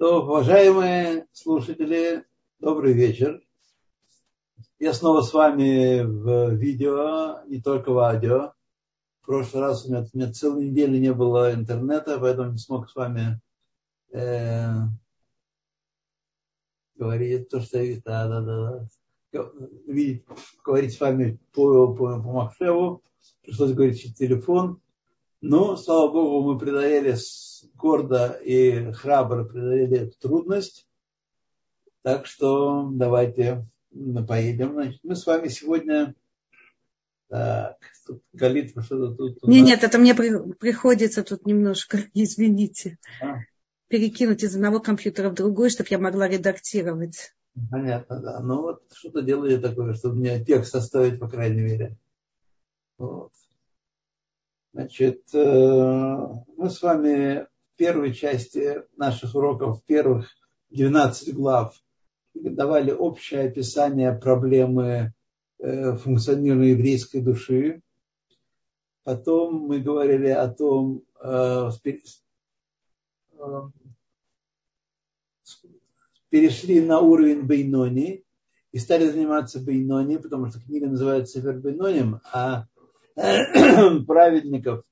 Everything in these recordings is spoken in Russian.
То, уважаемые слушатели, добрый вечер. Я снова с вами в видео, не только в аудио. В прошлый раз у меня целую неделю не было интернета, поэтому не смог с вами говорить то, что говорить с вами по Махшеву. Пришлось говорить через телефон. Но, слава Богу, мы преодолели гордо и храбро преодолели эту трудность. Так что давайте поедем. Значит, мы с вами сегодня... Так, тут Галит, что-то тут у нас... Нет, это мне приходится тут немножко, извините, перекинуть из одного компьютера в другой, чтобы я могла редактировать. Понятно, да. Ну вот что-то делаю такое, чтобы мне текст составить, по крайней мере. Вот. Значит, мы с вами в первой части наших уроков, первых 12 глав, давали общее описание проблемы функционирования еврейской души. Потом мы говорили о том, перешли на уровень Бейнони и стали заниматься Бейнони, потому что книга называется Сефер Бейноним, а праведников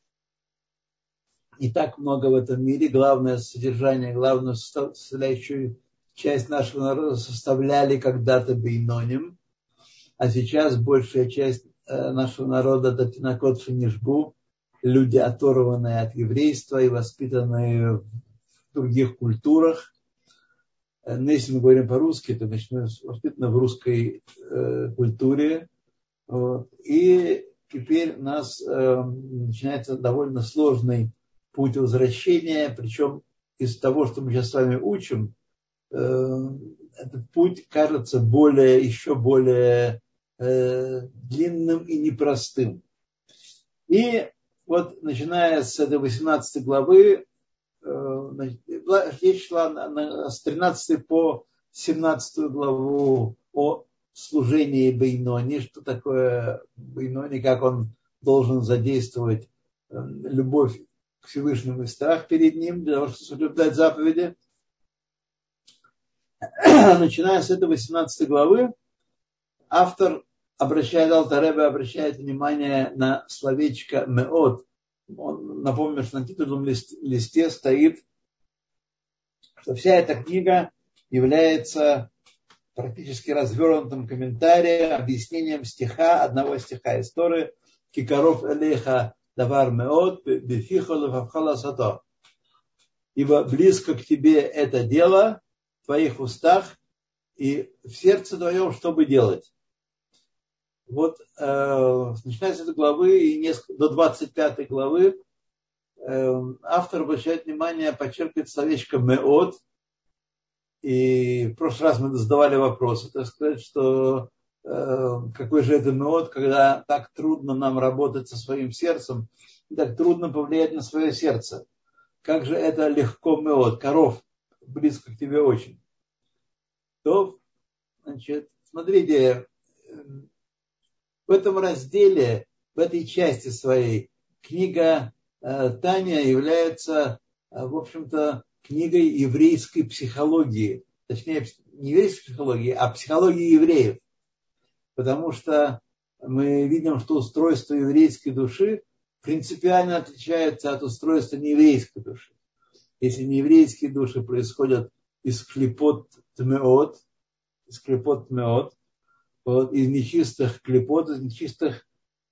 не так много в этом мире. Главное содержание, главную составляющую часть нашего народа составляли когда-то Бейноним, а сейчас большая часть нашего народа это Тинакот Фенишбу, люди, оторванные от еврейства и воспитанные в других культурах. Но если мы говорим по-русски, то мы воспитаны в русской культуре. Вот. И теперь у нас начинается довольно сложный путь возвращения, причем из того, что мы сейчас с вами учим, этот путь кажется еще более длинным и непростым. И вот начиная с этой 18 главы, речь шла с 13 по 17 главу о служении Бейнони, что такое Бейнони, как он должен задействовать любовь к Всевышнему и страх перед ним, для того, чтобы соблюдать заповеди. Начиная с этой 18 главы, автор Алтер Ребе обращает внимание на словечко «меот». Он напомнил, что на титульном листе стоит, что вся эта книга является практически развернутым комментарием, объяснением одного стиха из Торы «Кикаров элейха давар меот бефихо лефавхала сато». Ибо близко к тебе это дело в твоих устах и в сердце твоем, чтобы делать. Вот начиная с этой главы и до 25 главы автор обращает внимание, подчеркивает словечко «меот». И в прошлый раз мы задавали вопросы, так сказать, что какой же это меот, когда так трудно нам работать со своим сердцем, так трудно повлиять на свое сердце. Как же это легко меот, коров, близко к тебе очень. То, значит, смотрите, в этом разделе, в этой части своей, книга Таня является, в общем-то, книгой еврейской психологии. Точнее, не еврейской психологии, а психологии евреев. Потому что мы видим, что устройство еврейской души принципиально отличается от устройства нееврейской души. Если нееврейские души происходят из клипот тмеот, вот, из нечистых клипот, из нечистых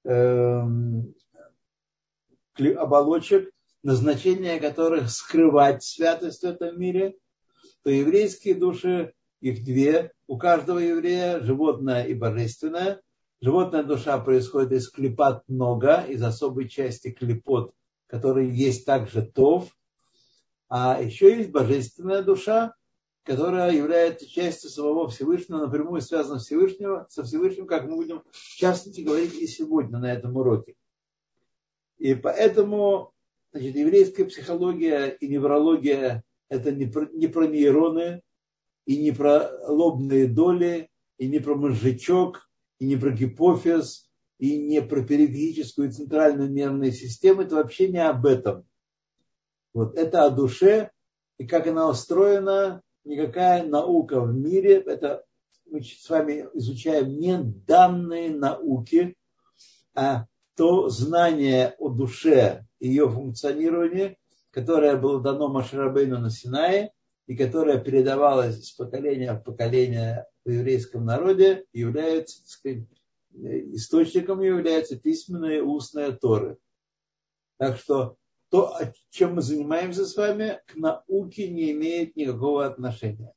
оболочек, назначение которых скрывать святость в этом мире, то еврейские души, их две, у каждого еврея, животная и божественная. Животная душа происходит из клипат нога, из особой части клипот, которые есть также тов, а еще есть божественная душа, которая является частью самого Всевышнего, напрямую связана со Всевышним, как мы будем в частности говорить и сегодня на этом уроке. И поэтому, значит, еврейская психология и неврология – это не про нейроны, и не про лобные доли, и не про мозжечок, и не про гипофиз, и не про периферическую и центральную нервную систему. Это вообще не об этом. Вот это о душе, и как она устроена, никакая наука в мире, это мы с вами изучаем не данные науки, а то знание о душе и ее функционировании, которое было дано Моше Рабейну на Синае и которое передавалось из поколения в поколение в еврейском народе, является, так сказать, источником является письменная и устная Торы. Так что то, чем мы занимаемся с вами, к науке не имеет никакого отношения.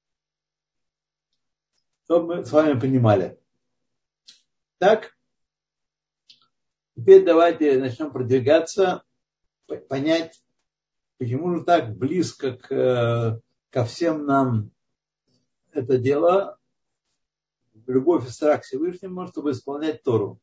Чтобы мы с вами понимали. Так, теперь давайте начнем продвигаться, понять, почему же так близко ко всем нам это дело, любовь и страх Всевышнему, чтобы исполнять Тору.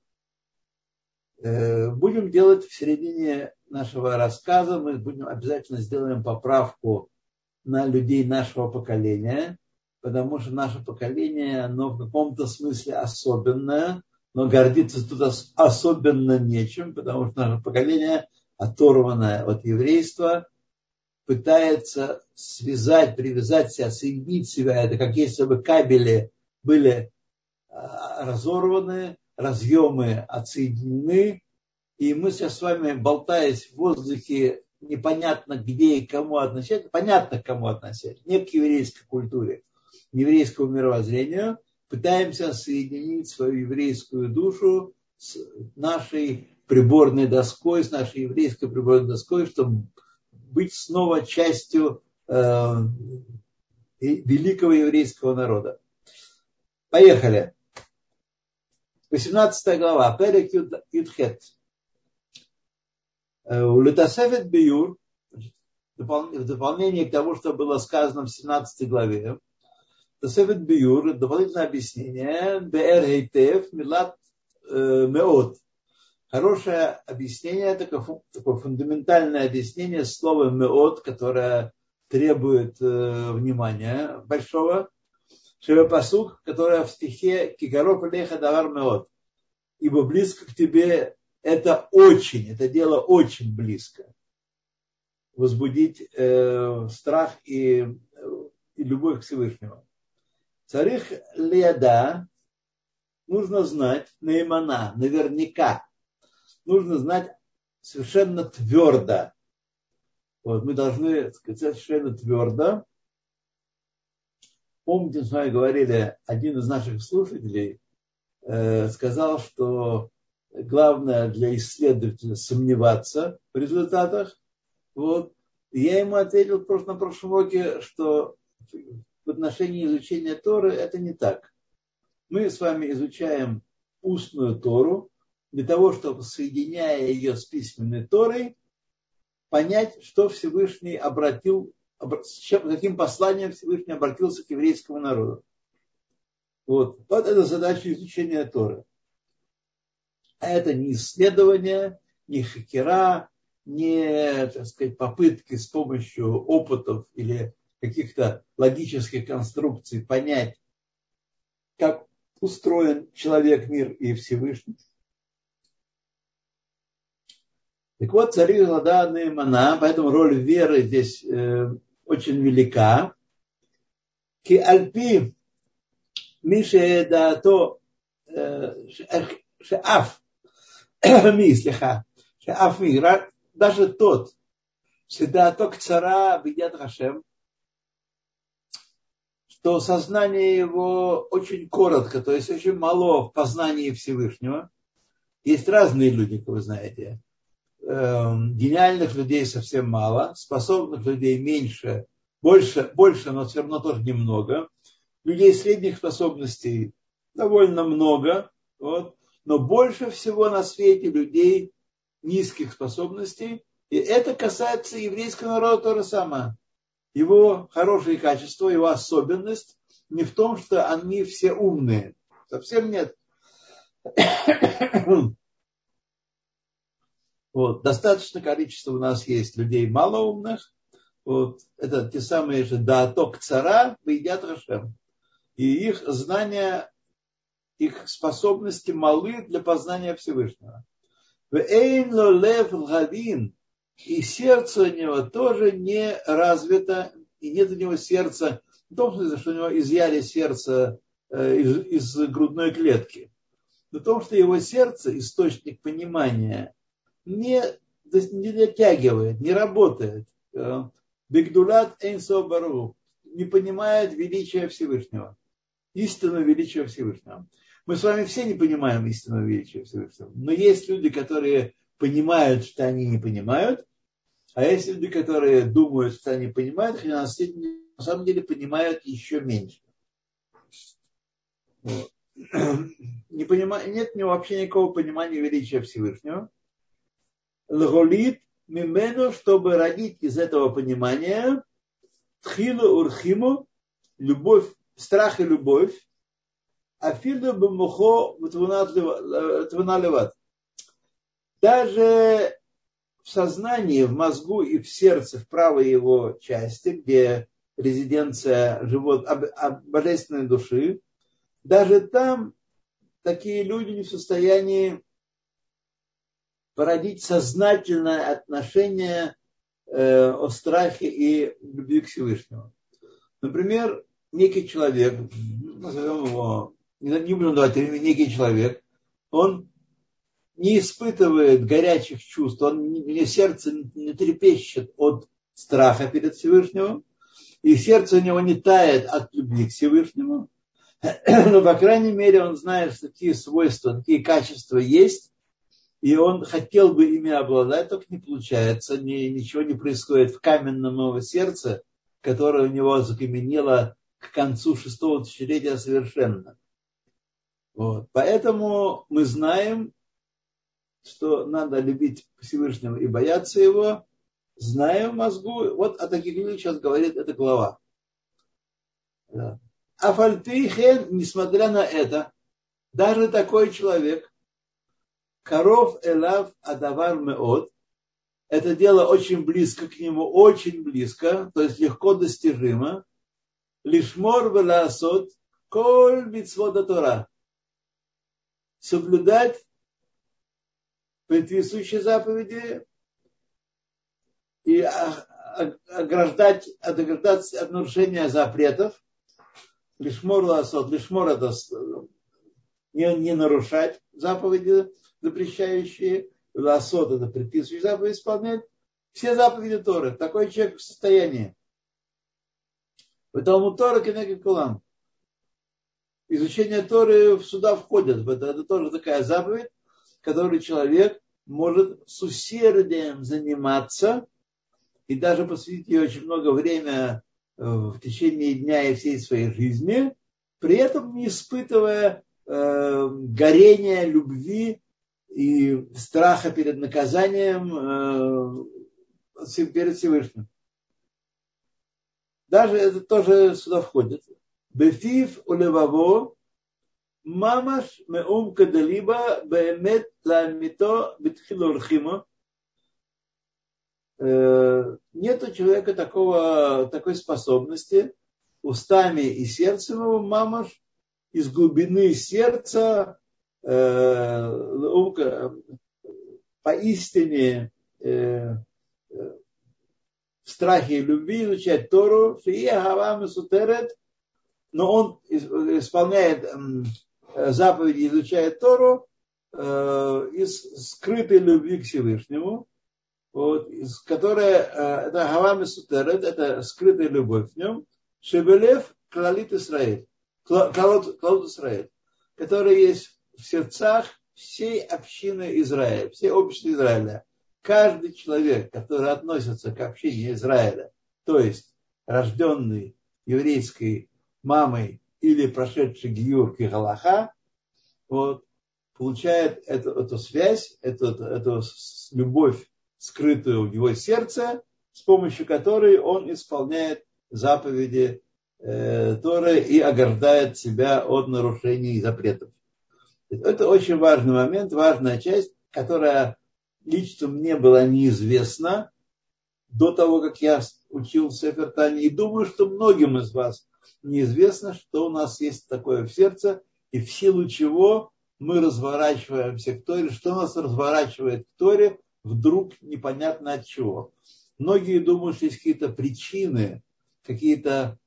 Будем делать в середине нашего рассказа, мы обязательно сделаем поправку на людей нашего поколения, потому что наше поколение, оно в каком-то смысле особенное, но гордиться тут особенно нечем, потому что наше поколение, оторванное от еврейства, пытается связать, привязать себя, соединить себя. Это как если бы кабели были разорваны, разъемы отсоединены, и мы сейчас с вами, болтаясь в воздухе, непонятно где и кому относить, понятно к кому относить, не к еврейской культуре, еврейскому мировоззрению, пытаемся соединить свою еврейскую душу с нашей приборной доской, с нашей еврейской приборной доской, чтобы быть снова частью великого еврейского народа. Поехали. 18 глава. Перек Юдхет. Улетасефет биюр, в дополнение к тому, что было сказано в 17 главе, Тасефет биюр, дополнительное объяснение, бэр хейтев милат меот. Хорошее объяснение, такое фундаментальное объяснение слова меот, которое требует внимания большого. Шевепасук, которое в стихе Кикаров леха давар меот. Ибо близко к тебе это очень, это дело очень близко. Возбудить страх и любовь к Всевышнему. Царих леда, нужно знать наимана, наверняка. Нужно знать совершенно твердо. Вот, мы должны сказать совершенно твердо. Помните, мы с вами говорили, один из наших слушателей сказал, что главное для исследователя сомневаться в результатах. Вот. И я ему ответил на прошлом уроке, что в отношении изучения Торы это не так. Мы с вами изучаем устную Тору для того, чтобы, соединяя ее с письменной Торой, понять, что Всевышний каким посланием Всевышний обратился к еврейскому народу. Вот это задача изучения Торы. А это не исследование, не хакера, не, так сказать, попытки с помощью опытов или каких-то логических конструкций понять, как устроен человек, мир и Всевышний. Так вот, цари Лада Наимана, поэтому роль веры здесь очень велика. Ки альпи мише да то шеаф ми, слиха, шеаф ми, даже тот, всегда то кцара бедят Хашем, что сознание его очень коротко, то есть очень мало в познании Всевышнего. Есть разные люди, как вы знаете. Гениальных людей совсем мало, способных людей меньше, больше, но все равно тоже немного. Людей средних способностей довольно много, вот, но больше всего на свете людей низких способностей. И это касается еврейского народа то же самое. Его хорошие качества, его особенность не в том, что они все умные. Совсем нет. Вот. Достаточно количество у нас есть людей малоумных. Вот. Это те самые же дааток цара бедят Хашем. И их знания, их способности малы для познания Всевышнего. и сердце у него тоже не развито, и нет у него сердца, в том смысле, что у него изъяли сердце из грудной клетки. Но в том, что его сердце, источник понимания, не дотягивает, не работает. Бигдулат эйнсо бару, не понимает величия Всевышнего, истинного величия Всевышнего. Мы с вами все не понимаем истинного величия Всевышнего. Но есть люди, которые понимают, что они не понимают, а есть люди, которые думают, что они понимают, хотя на самом деле понимают еще меньше. Вот. Нет у него вообще никакого понимания величия Всевышнего. Лголит мимену, чтобы родить из этого понимания тхилу урхиму, любовь, страх и любовь, афилу бамухо твуналеват. Даже в сознании, в мозгу и в сердце, в правой его части, где резиденция божественной души, даже там такие люди не в состоянии породить сознательное отношение о страхе и любви к Всевышнему. Например, некий человек, назовем его, не будем давать некий человек, он не испытывает горячих чувств, сердце не трепещет от страха перед Всевышним, и сердце у него не тает от любви к Всевышнему, но, по крайней мере, он знает, что такие свойства, такие качества есть, и он хотел бы ими обладать, только не получается, ничего не происходит в каменном его сердце, которое у него закаменело к концу 6-го тысячелетия совершенно. Вот. Поэтому мы знаем, что надо любить Всевышнего и бояться его, знаем в мозгу. Вот о таких людях сейчас говорит эта глава. Афальпихен, несмотря на это, даже такой человек, Каров элав адавар меот, это дело очень близко к нему, очень близко, то есть легко достижимо. Лишмор веласот коль мицвот Тора. Соблюдать предписывающие заповеди и ограждаться от нарушения запретов. Лишмор ласот. Лишмор это не нарушать заповеди, запрещающие. Ласот это предписывающие заповеди исполнять. Все заповеди Торы. Такой человек в состоянии. Поэтому Тора кенегед кулам. Изучение Торы сюда входит. Это тоже такая заповедь, которой человек может с усердием заниматься и даже посвятить ей очень много времени в течение дня и всей своей жизни, при этом не испытывая горения, любви и страха перед наказанием перед Всевышним. Даже это тоже сюда входит. Бефив улеваво мамаш меум кадалиба беэмет ламито битхилурхимо. Нет у человека такой способности устами и сердцем его мамаш из глубины сердца поистине в страхе и любви изучать Тору, но он исполняет заповеди, изучает Тору из скрытой любви к Всевышнему, вот, которая это Гава Месутерет, это скрытая любовь в нем, Шебелев Клалит Исраэль, Клалут Исраэль, который есть в сердцах всей общины Израиля, всей общины Израиля. Каждый человек, который относится к общине Израиля, то есть рожденный еврейской мамой или прошедший гиюр и галаха, вот, получает эту связь, эту любовь, скрытую в его сердце, с помощью которой он исполняет заповеди Торы и ограждает себя от нарушений и запретов. Это очень важный момент, важная часть, которая лично мне была неизвестна до того, как я учил Сефер Тани. И думаю, что многим из вас неизвестно, что у нас есть такое в сердце, и в силу чего мы разворачиваемся к Торе, что нас разворачивает к Торе вдруг непонятно от чего. Многие думают, что есть какие-то причины, какие-то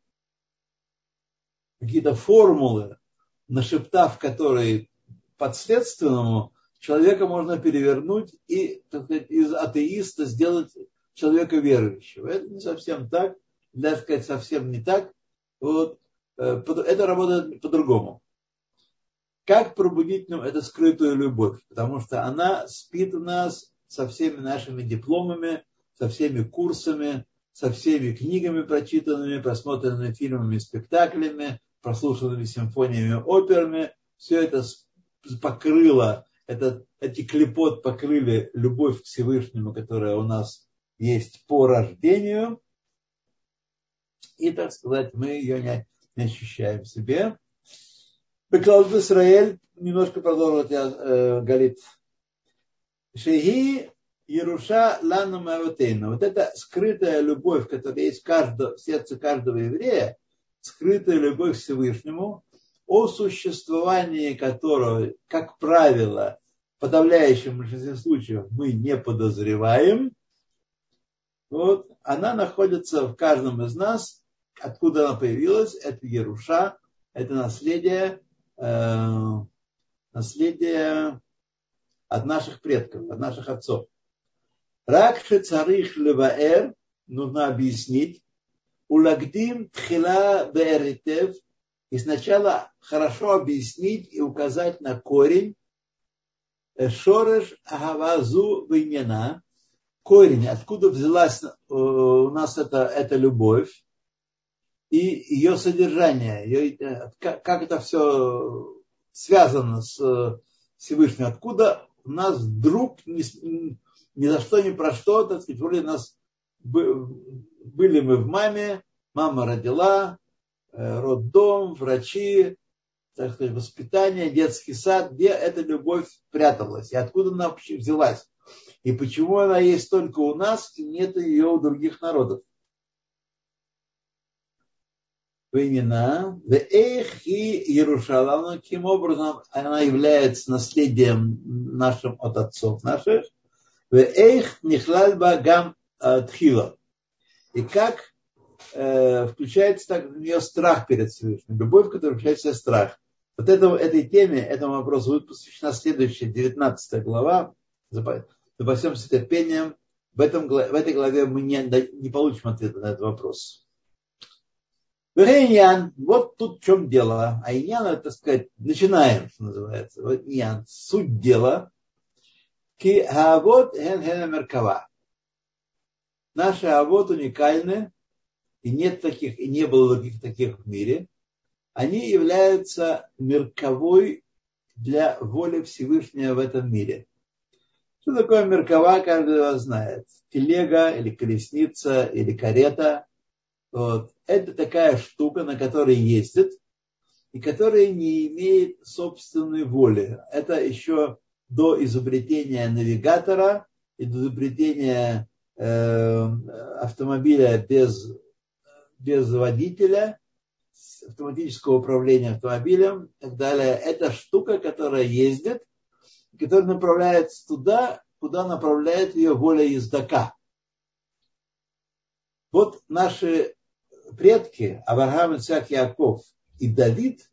формулы, нашептав которые подследственному, человека можно перевернуть и, так сказать, из атеиста сделать человека верующего. Это не совсем так, для сказать, совсем не так. Вот. Это работает по-другому. Как пробудить в нем эту скрытую любовь? Потому что она спит у нас со всеми нашими дипломами, со всеми курсами, со всеми книгами прочитанными, просмотренными фильмами, спектаклями, прослушанными симфониями, операми. Все это покрыло, эти клепот покрыли любовь к Всевышнему, которая у нас есть по рождению. И, так сказать, мы ее не ощущаем в себе. Беклаут Исраэль, немножко продолжит говорит, Шеги Еруша Лану Маватейну. Вот эта скрытая любовь, которая есть в сердце каждого еврея, скрытая любовь к Всевышнему, о существовании которого, как правило, в подавляющем большинстве случаев мы не подозреваем, вот, она находится в каждом из нас. Откуда она появилась? Это Еруша, это наследие от наших предков, от наших отцов. Ракши царих леваэр, нужно объяснить, улагдим тхила беэритев, и сначала хорошо объяснить и указать на корень шореш агавазу вейнена, корень, откуда взялась у нас эта любовь и ее содержание, как это все связано с Всевышним, откуда у нас вдруг ни за что, ни про что, так сказать, вроде нас были мы в маме, мама родила, роддом, врачи, так сказать, воспитание, детский сад, где эта любовь пряталась, и откуда она вообще взялась, и почему она есть только у нас, и нет ее у других народов. Вейнина, веэх и Иерушалам, каким образом она является наследием нашим от отцов наших, веэх нихлальба гам тхила, и как включается так в нее страх перед Всевышним, любовь, которая включает в себя страх. Вот этой теме, этому вопросу будет посвящена следующая, 19 глава. Запасемся терпением. В этой главе мы не получим ответа на этот вопрос. Вот тут в чем дело. А иньян, это, так сказать, начинаем, что называется. Вот иньян, суть дела. Ки хаавот ген меркава. Наши авот уникальны, и нет таких, и не было других таких в мире. Они являются мерковой для воли Всевышнего в этом мире. Что такое меркава, каждый из вас знает. Телега или колесница или карета. Вот. Это такая штука, на которой ездят, и которая не имеет собственной воли. Это еще до изобретения навигатора и до изобретения автомобиля без водителя, автоматического управления автомобилем и так далее. Это штука, которая ездит, которая направляется туда, куда направляет ее воля ездока. Вот наши предки, Авраам, Ицхак, Яаков и Давид,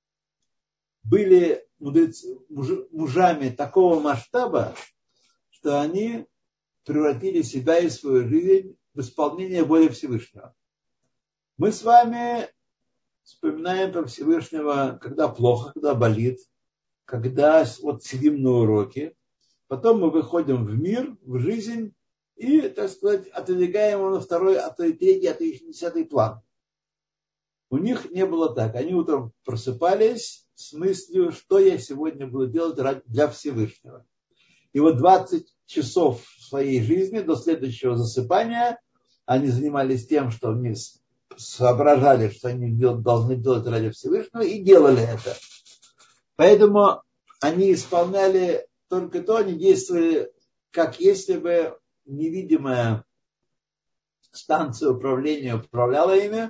были мужами такого масштаба, что они превратили себя и свою жизнь в исполнение воли Всевышнего. Мы с вами вспоминаем про Всевышнего, когда плохо, когда болит, когда вот сидим на уроке. Потом мы выходим в мир, в жизнь и, так сказать, отодвигаем его на второй, а то и третий, а то и 10-й план. У них не было так. Они утром просыпались с мыслью, что я сегодня буду делать для Всевышнего. И вот 20 часов своей жизни до следующего засыпания они занимались тем, что они соображали, что они должны делать ради Всевышнего, и делали это. Поэтому они исполняли только то, они действовали, как если бы невидимая станция управления управляла ими,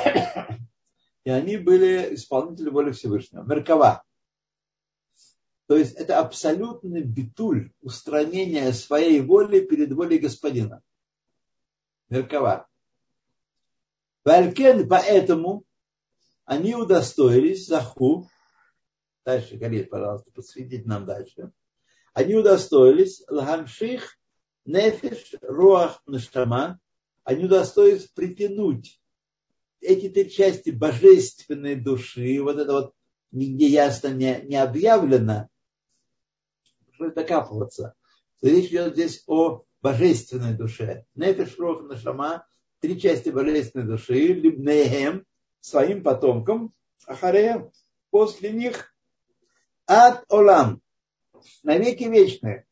и они были исполнители воли Всевышнего. Меркава. То есть это абсолютный битуль, устранение своей воли перед волей Господина. Меркава. Валькен, поэтому они удостоились, заху, дальше, Галит, пожалуйста, подсветите нам дальше. Они удостоились, лагамших, нефиш, руах, наштама, они удостоились притянуть эти три части божественной души, вот это вот нигде ясно не объявлено, чтобы докапываться. Речь идет здесь о божественной душе. Нефиш, руах, нашама, три части божественной души, либнеем, своим потомкам, ахареем, после них, ад олам, навеки вечные.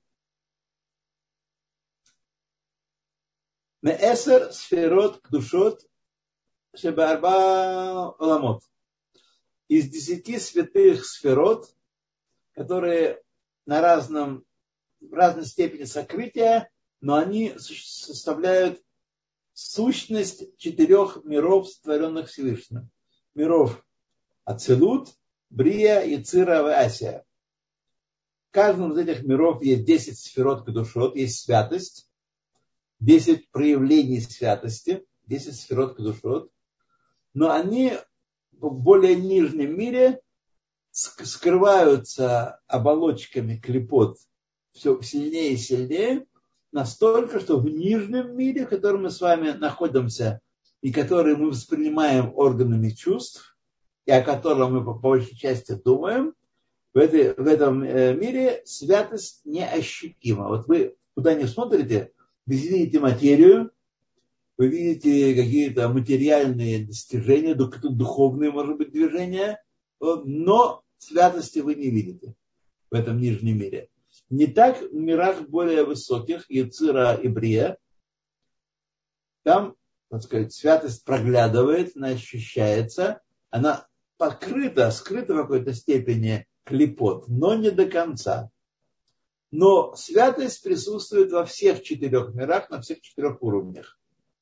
Меэсер сферот кдушот шебарба оламот. Из 10 святых сферот, которые в разной степени сокрытия, но они составляют сущность 4 миров, сотворенных Всевышним. Миров Ацилут, Брия, Яцира и Асия. В каждом из этих миров есть 10 сферот кадушот, есть святость, 10 проявлений святости, 10 сферот кадушот, но они в более нижнем мире скрываются оболочками клипот все сильнее и сильнее, настолько, что в нижнем мире, в котором мы с вами находимся и который мы воспринимаем органами чувств, и о котором мы по большей части думаем, в этом мире святость неощутима. Вот вы куда ни смотрите, вы видите материю, вы видите какие-то материальные достижения, духовные, может быть, движения, но святости вы не видите в этом нижнем мире. Не так в мирах более высоких, Яцира и Брия. Там, так сказать, святость проглядывает, она ощущается, она покрыта, скрыта в какой-то степени клипот, но не до конца. Но святость присутствует во всех 4 мирах, на всех 4 уровнях.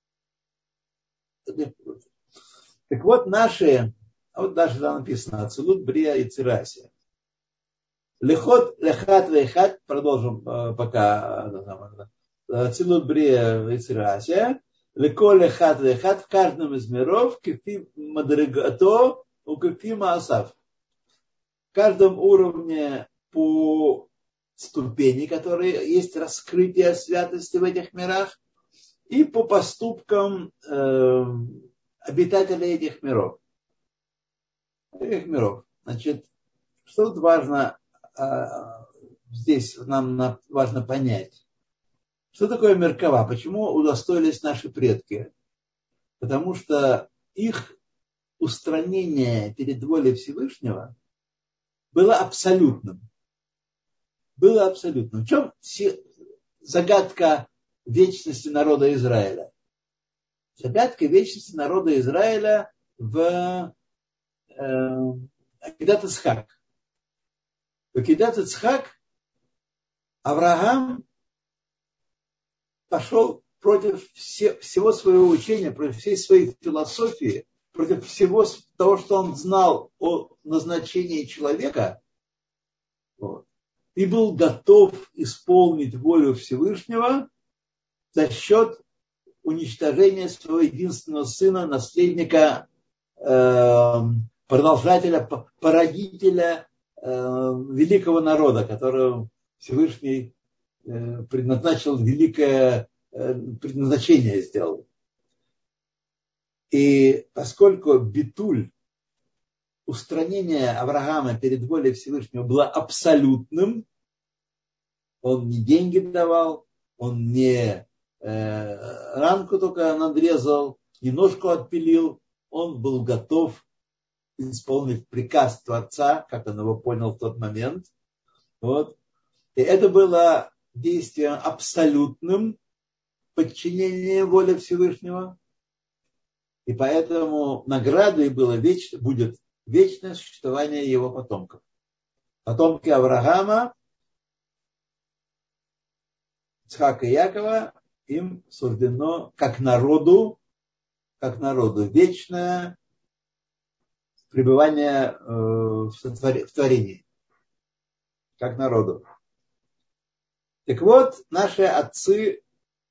Так вот, вот даже там написано, Ацилут, Брия и Цирасия. Лехот, лехат, вехат, продолжим пока. Ацилут, Брия и Цирасия. Леко, лехат, вехат, в каждом из миров, кефи мадригато, у кефи маасав. В каждом уровне по ступени, которые есть раскрытие святости в этих мирах, и по поступкам обитателей этих миров. Значит, что тут важно, здесь нам важно понять. Что такое меркава? Почему удостоились наши предки? Потому что их устранение перед волей Всевышнего было абсолютным. В чем загадка вечности народа Израиля? Загадка вечности народа Израиля в Акидат Ицхак. В Акидат Ицхак Авраам пошел против всего своего учения, против всей своей философии, против всего того, что он знал о назначении человека, и был готов исполнить волю Всевышнего за счет уничтожения своего единственного сына, наследника, продолжателя, породителя великого народа, которого Всевышний предназначил великое предназначение сделал. И поскольку битуль, устранение Авраама перед волей Всевышнего было абсолютным, он не деньги давал, он не ранку только надрезал, не ножку отпилил, он был готов исполнить приказ Творца, как он его понял в тот момент. Вот. И это было действием абсолютным, подчинение воле Всевышнего. И поэтому наградой будет вечное существование его потомков. Потомки Авраама, Ицхака и Якова, им суждено как народу вечное пребывание в творении. как народу. Так вот, наши отцы,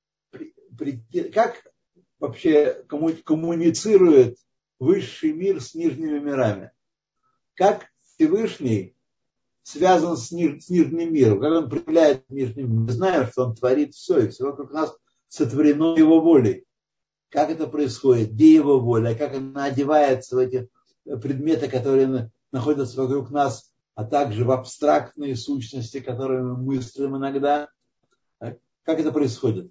как вообще коммуницирует высший мир с нижними мирами? Как Всевышний связан с нижним миром? Как он проявляет нижний мир? Мы знаем, что он творит все, и все вокруг нас сотворено его волей. Как это происходит? Где его воля? Как она одевается в эти предметы, которые находятся вокруг нас, а также в абстрактные сущности, которые мы мыслим иногда? Как это происходит?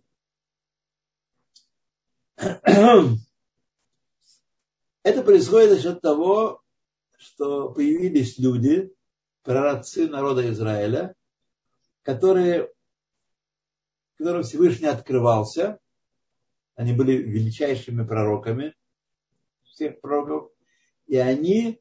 Это происходит за счет того, что появились люди, пророчцы народа Израиля, которым Всевышний открывался. Они были величайшими пророками всех пророков. И они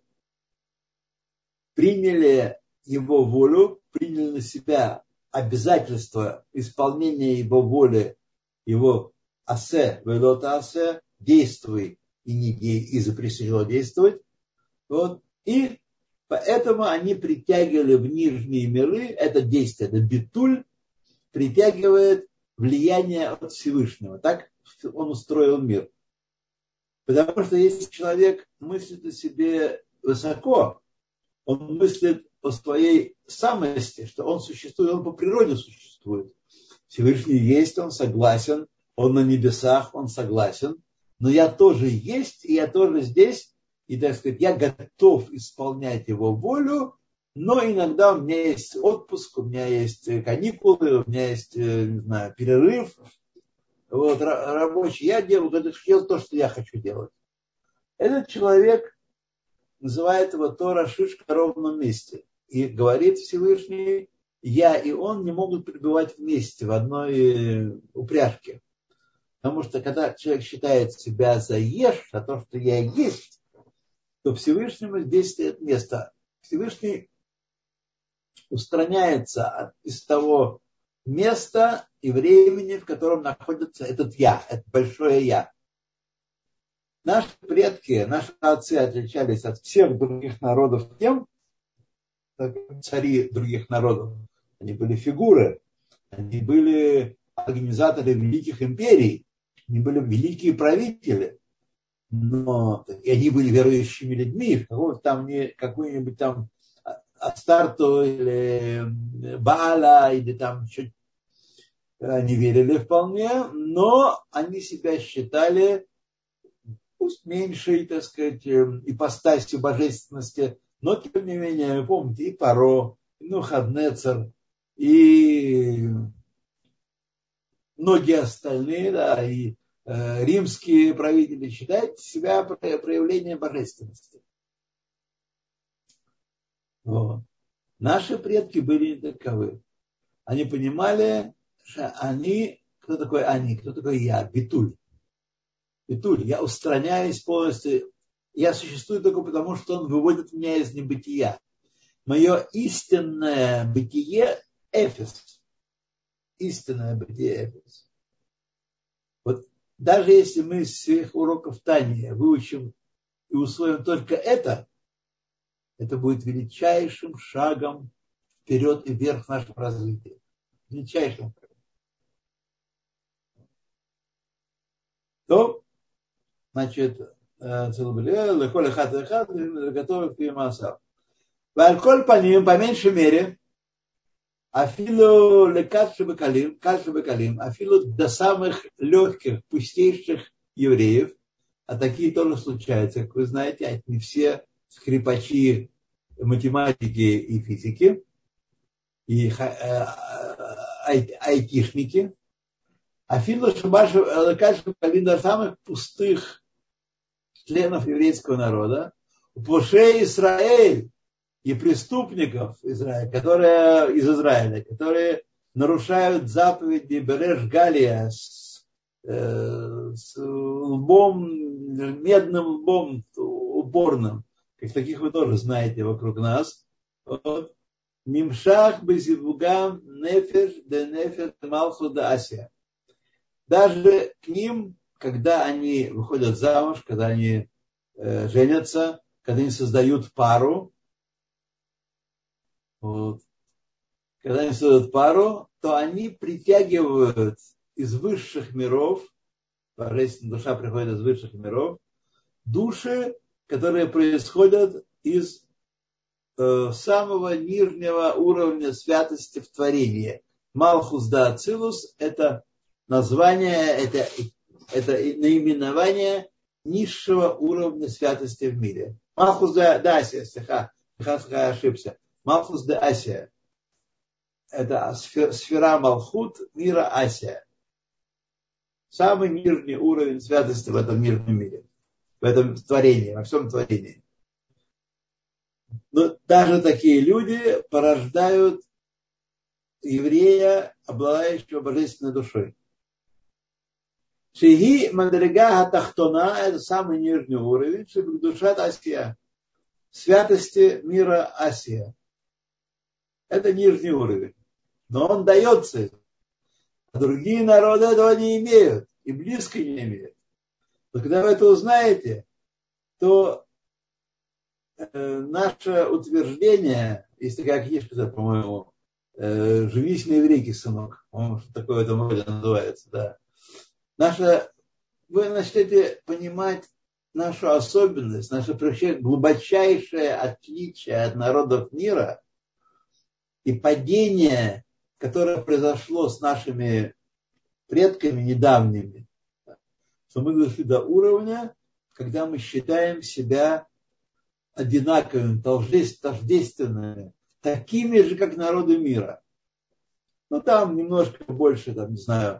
приняли его волю, приняли на себя обязательство исполнения его воли, его асе, велота асе, действуй и запрещено действовать. Вот. И поэтому они притягивали в нижние миры, это действие, это битуль, притягивает влияние от Всевышнего. Так он устроил мир. Потому что если человек мыслит о себе высоко, он мыслит о своей самости, что он существует, он по природе существует. Всевышний есть, он согласен, он на небесах, он согласен. Но я тоже есть, и я тоже здесь, и, так сказать, я готов исполнять его волю, но иногда у меня есть отпуск, у меня есть каникулы, у меня есть, не знаю, перерыв. Вот, рабочий. Я делаю то, что я хочу делать. Этот человек, называет его Тора шишка в ровном месте. И говорит Всевышний, я и он не могут пребывать вместе в одной упряжке. Потому что когда человек считает себя за ешь, за то, что я есть, то Всевышнему здесь стоит место. Всевышний устраняется из того места и времени, в котором находится этот я, это большое я. Наши предки, наши отцы отличались от всех других народов тем, цари других народов. Они были фигуры, они были организаторы великих империй, они были великие правители. Но и они были верующими людьми, какую-нибудь там Астарту или Баала, или там чуть они верили вполне, но они себя считали пусть меньшей, так сказать, ипостасью божественности, но тем не менее, вы помните, и Паро, и Навуходоносор, и многие остальные, да, и римские правители считают себя проявлением божественности. Вот. Наши предки были не таковы. Они понимали, что они, кто такой они, кто такой я, битуль. Битуль, я устраняюсь полностью, я существую только потому, что он выводит меня из небытия. Мое истинное бытие – эфес. Истинное бытие – эфес. Вот даже если мы из своих уроков Тани выучим и усвоим только это будет величайшим шагом вперед и вверх в нашем развитии. Величайшим шагом. То, значит, лехоль эхад эхад, готовы к Юмасав. Вальколь по ним, по меньшей мере, афилу лекат шебекалим, афилу до самых легких, пустейших евреев, а такие тоже случаются, как вы знаете, не все скрипачи математики и физики, и айтишники, афилу лекат шебекалим до самых пустых членов еврейского народа, пошей Израиль, и преступников из Израиля, которые нарушают заповеди Береш Галия с лбом, медным лбом упорным, как таких вы тоже знаете вокруг нас. Мимшах безивугам нефеш де нефеш малху да асия. Даже к ним, когда они выходят замуж, когда они женятся, когда они создают пару, вот, когда они создают пару, то они притягивают из высших миров, божественная душа приходит из высших миров, души, которые происходят из самого нижнего уровня святости в творении. Малхус да Ацилус – это название, это наименование низшего уровня святости в мире. Малхус да Асия, я ошибся. Малхус да Асия. Это сфера Малхут мира Асия. Самый нижний уровень святости в этом мирном мире. В этом творении, во всем творении. Но даже такие люди порождают еврея, обладающего божественной душой. Шиги мадрига тахтона – это самый нижний уровень, чтобы душа Асия, святости мира Асия. Это нижний уровень. Но он дается. А другие народы этого не имеют. И близко не имеют. Но когда вы это узнаете, то наше утверждение, есть такая книжка, по-моему, «Живись на еврейке, сынок». По-моему, что такое в этом роде называется. Да. Вы начнете понимать нашу особенность, наше глубочайшее отличие от народов мира и падение, которое произошло с нашими предками недавними, что мы дошли до уровня, когда мы считаем себя одинаковыми, тождественными, такими же, как народы мира. Но там немножко больше, не знаю,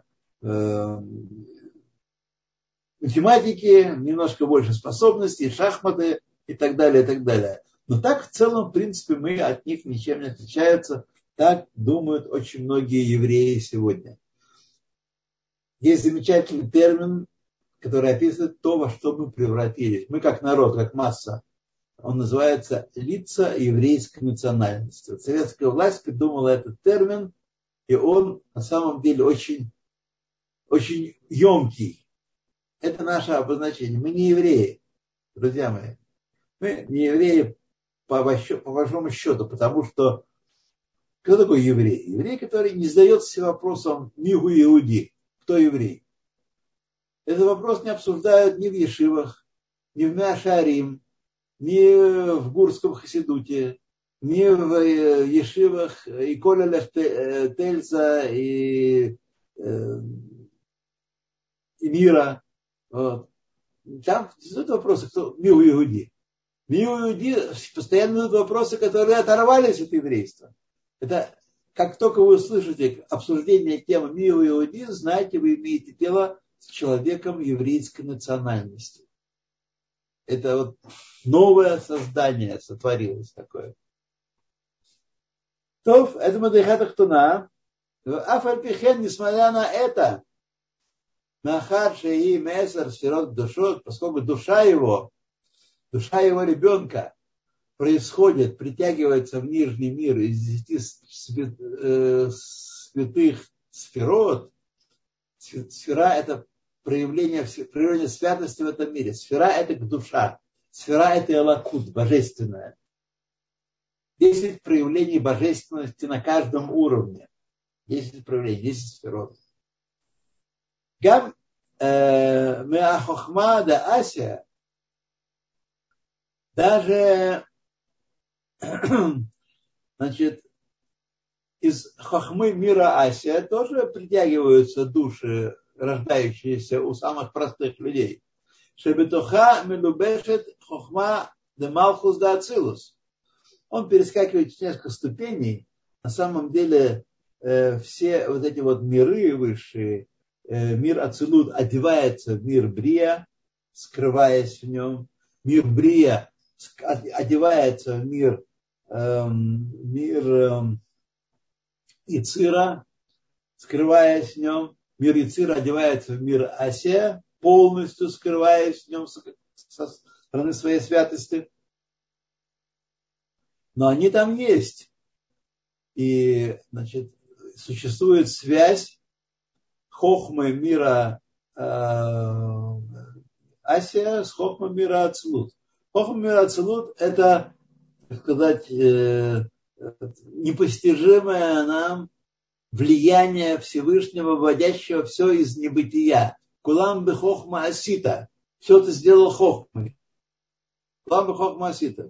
математики, немножко больше способностей, шахматы и так далее, и так далее. Но так в целом, в принципе, мы от них ничем не отличаемся. Так думают очень многие евреи сегодня. Есть замечательный термин, который описывает то, во что мы превратились. Мы как народ, как масса. Он называется «лица еврейской национальности». Вот советская власть придумала этот термин, и он на самом деле очень, очень емкий. Это наше обозначение. Мы не евреи, друзья мои. Мы не евреи по большому счету, потому что кто такой еврей? Еврей, который не задается себе вопросом «Мигу Иуди». Кто еврей? Этот вопрос не обсуждают ни в ешивах, ни в Меашарим, ни в Гурском хасидуте, ни в ешивах и Коля Тельца и мира. Вот. Там задают вопросы, кто Мигу Иуди. Мигу Иуди постоянно задают вопросы, которые оторвались от еврейства. Это как только вы услышите обсуждение темы Мигу Иуди, знаете, вы имеете дело с человеком еврейской национальности. Это вот новое создание сотворилось такое. То, это Мадриха Тахтуна. Афальпихен, несмотря на это, Нахарша и Месар Сферот Душот, поскольку душа его ребенка происходит, притягивается в нижний мир из 10 святых сферот. Сфера – это проявление святости в этом мире. Сфера – это душа. Сфера – это элокут, божественная. 10 проявлений божественности на каждом уровне. 10 проявлений, 10 сферот. Гам меахохма да Асия, даже значит, из хохмы мира Асия тоже притягиваются души, рождающиеся у самых простых людей. Шебетоха мелубешет хохма де малхус да ацилус. Он перескакивает через несколько ступеней. На самом деле все вот эти вот миры высшие, мир Ацилут одевается в мир Брия, скрываясь в нем. Мир Брия одевается в мир Ицира, скрываясь в нем. Мир Ицира одевается в мир Асия, полностью скрываясь в нем со стороны своей святости. Но они там есть. И, значит, существует связь хохмы мира Асия с хохмой мира Ацилут. Хохма мира Ацилут – это, так сказать, непостижимое нам влияние Всевышнего, вводящего все из небытия. Кулам бы хохма асита. Все ты сделал хохмой. Кулам бы хохма асита.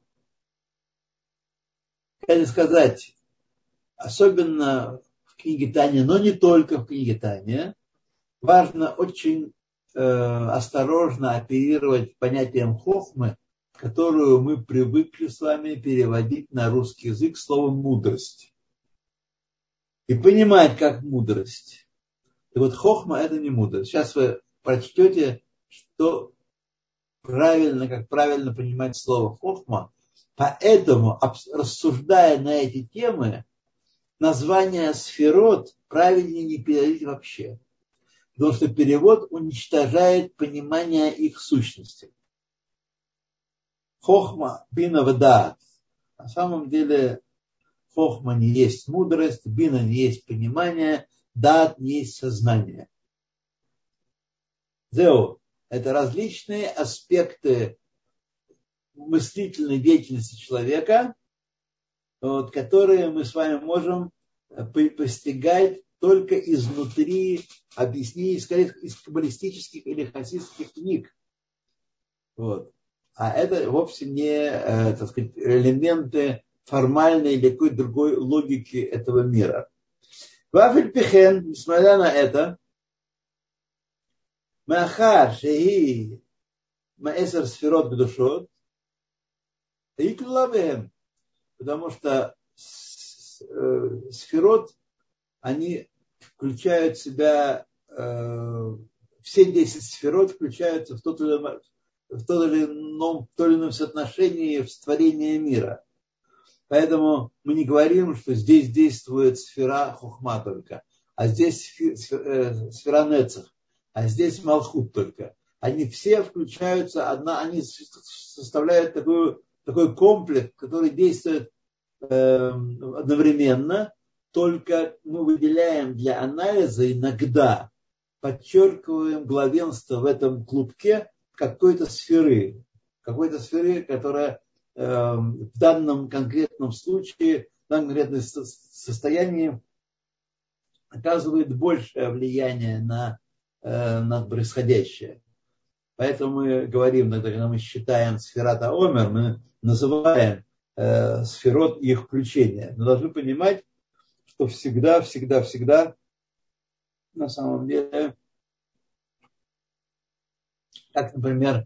Хотели сказать, особенно в книге Таня, но не только в книге Таня, важно очень осторожно оперировать понятием хохмы, которую мы привыкли с вами переводить на русский язык словом мудрость. И понимать, как мудрость. И вот хохма – это не мудрость. Сейчас вы прочтете, что правильно, как правильно понимать слово хохма. Поэтому, рассуждая на эти темы, название сферот правильнее не переводить вообще. Потому что перевод уничтожает понимание их сущности. Хохма, бина, вдаат. На самом деле хохма не есть мудрость, бина не есть понимание, даат не есть сознание. Зео – это различные аспекты мыслительной деятельности человека, вот, которые мы с вами можем постигать только изнутри объяснений, скорее, из каббалистических или хасидских книг. Вот. А это вовсе не, так сказать, элементы формальной или какой-то другой логики этого мира. Вафель пихен, несмотря на это, махар шеги маэсер сферот бедушот, потому что сферот, они включают в себя, все 10 сферот включаются в том или ином соотношении в творении мира. Поэтому мы не говорим, что здесь действует сфера хохма только, а здесь сфера нецах, а здесь малхут только. Они все включаются, они составляют такой комплекс, который действует одновременно, только мы выделяем для анализа иногда, подчеркиваем главенство в этом клубке какой-то сферы, которая в данном конкретном случае, в данном конкретном состоянии оказывает большее влияние на происходящее. Поэтому мы говорим, когда мы считаем сферат омер, мы называем сферот их включения. Но должны понимать, что всегда на самом деле, как, например,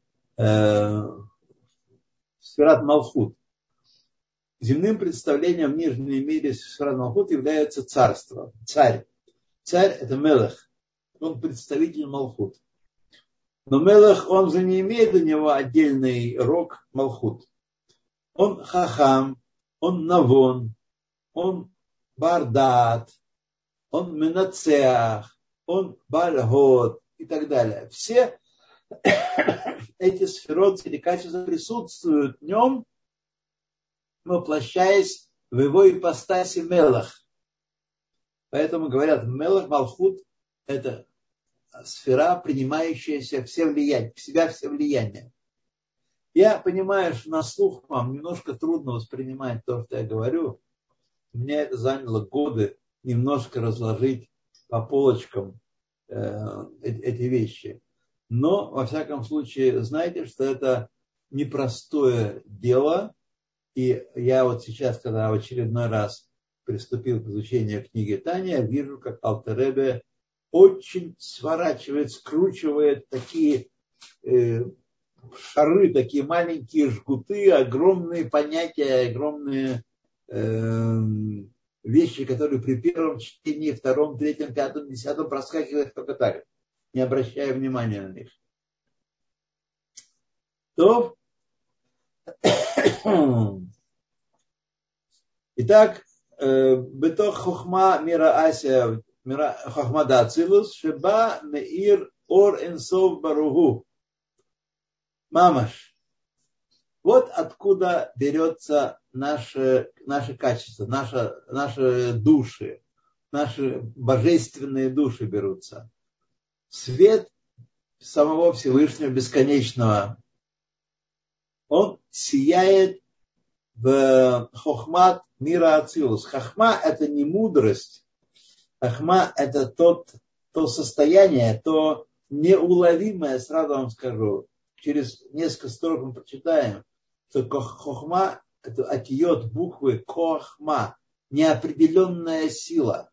сферат малхут. Земным представлением в нижнем мире сферат малхут является царство, царь. Царь – это мелех, он представитель малхут. Но мелех, он же не имеет у него отдельный рог малхут. Он хахам, он навон, он бардат, он менацеах, он бальгот и так далее. Все эти сферот или качества присутствуют в нем, воплощаясь в его ипостаси мелах. Поэтому говорят, мелах, малхут – это сфера, принимающаяся в себя все влияния. Я понимаю, что на слух вам немножко трудно воспринимать то, что я говорю. Мне это заняло годы немножко разложить по полочкам эти вещи. Но, во всяком случае, знайте, что это непростое дело. И я вот сейчас, когда в очередной раз приступил к изучению книги Таня, вижу, как Алтер Ребе очень сворачивает, скручивает такие шары, такие маленькие жгуты, огромные понятия, огромные вещи, которые при первом чтении, втором, третьем, пятом, десятом проскакивают только так, не обращая внимания на них. То, итак, бетох хохма мира Асия, хохма да ацилус, шеба меир ор энсов баругу. Мамаш. Вот откуда берется наше качество, наши души, наши божественные души берутся. Свет самого Всевышнего Бесконечного, он сияет в хохмат мира ацилус. Хохма – это не мудрость. Хохма – это то состояние, то неуловимое, сразу вам скажу, через несколько строк мы прочитаем, что хохма – это отъет буквы кохма, неопределенная сила,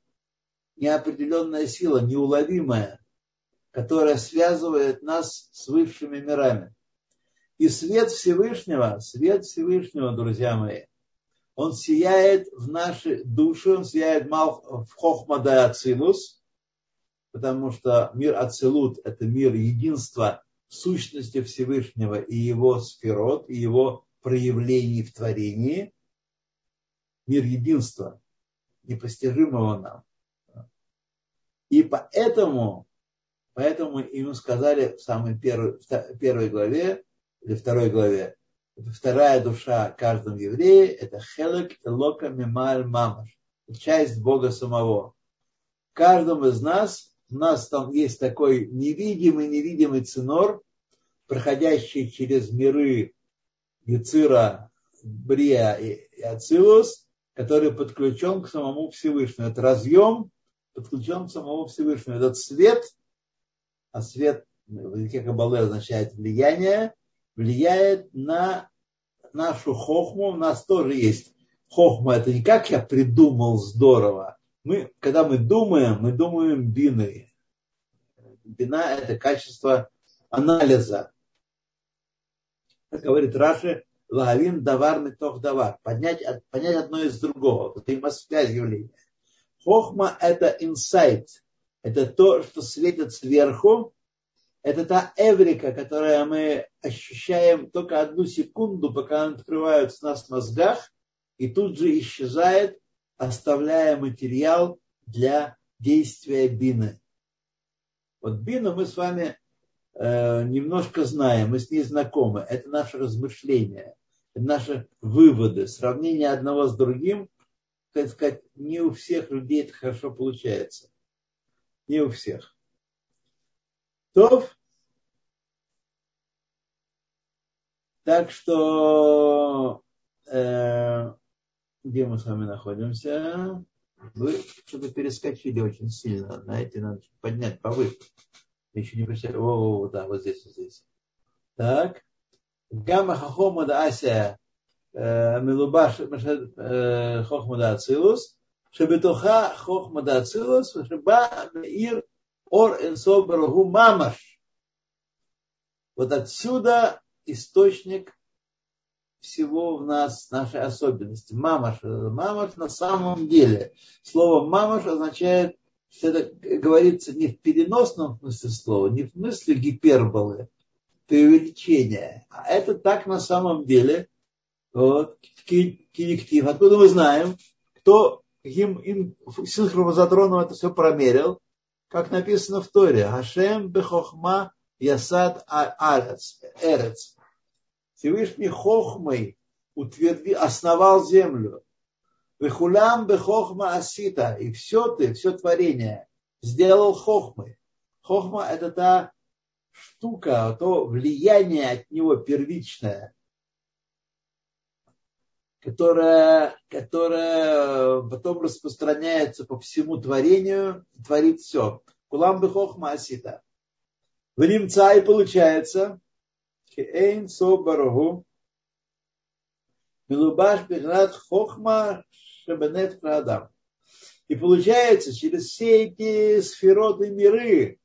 неуловимая, которая связывает нас с высшими мирами. И свет Всевышнего, друзья мои, он сияет в нашей душе, он сияет в хохма да ацилус, потому что мир ацилут – это мир единства сущности Всевышнего и его сферот, и его проявлений в творении. Мир единства, непостижимого нам. И поэтому ему сказали в самой первой главе, или второй главе, вторая душа каждого еврея – это хелек элока мималь мамаш, часть Бога самого. В каждом из нас, у нас там есть такой невидимый цинор, проходящий через миры Яцира, Брия и Ацилус, который подключен к самому Всевышнему. Это разъем подключен к самому Всевышнему. Этот свет, а свет в языке Каббалы означает влияние, влияет на нашу хохму. У нас тоже есть хохма. Это не как я придумал здорово. Когда мы думаем биной. Бина – это качество анализа. Как говорит Раши, лагавин давар митох давар. Понять одно из другого. Это взаимосвязь явления. Хохма – это инсайт. Это то, что светит сверху. Это та эврика, которую мы ощущаем только одну секунду, пока она открывается в нас в мозгах, и тут же исчезает, оставляя материал для действия бины. Вот бину мы с вами немножко знаем, мы с ней знакомы. Это наши размышления, это наши выводы, сравнение одного с другим. Так сказать, не у всех людей это хорошо получается. Не у всех. То, так что, где мы с вами находимся? Вы что-то перескочили очень сильно. Знаете, надо поднять повыше. Еще не прочитали. Да, вот здесь. Так. Гамма хохома да ася милубаш хохма да ацилус. Шебетоха хохма да ацилус. Шеба меир ор энсов бараху мамаш. Вот отсюда источник всего в нас, нашей особенности. Мамаш на самом деле. Слово мамаш означает, что это говорится не в переносном смысле слова, не в смысле гиперболы, преувеличения, а это так на самом деле. Вот, коллектив. Откуда мы знаем, кто каким синхронозатроном это все промерил, как написано в Торе. Хашем бехохма ясад эрец. Всевышний хохмой основал землю. Вехулям бехохма асита. И все творение сделал хохмой. Хохма – это та штука, то влияние от него первичное, которое потом распространяется по всему творению и творит все. Кулам бехохма асита. В немца и получается Эйн собарогу милубаш биград хохма шебенет крадам. И получается, через все эти сфероты миры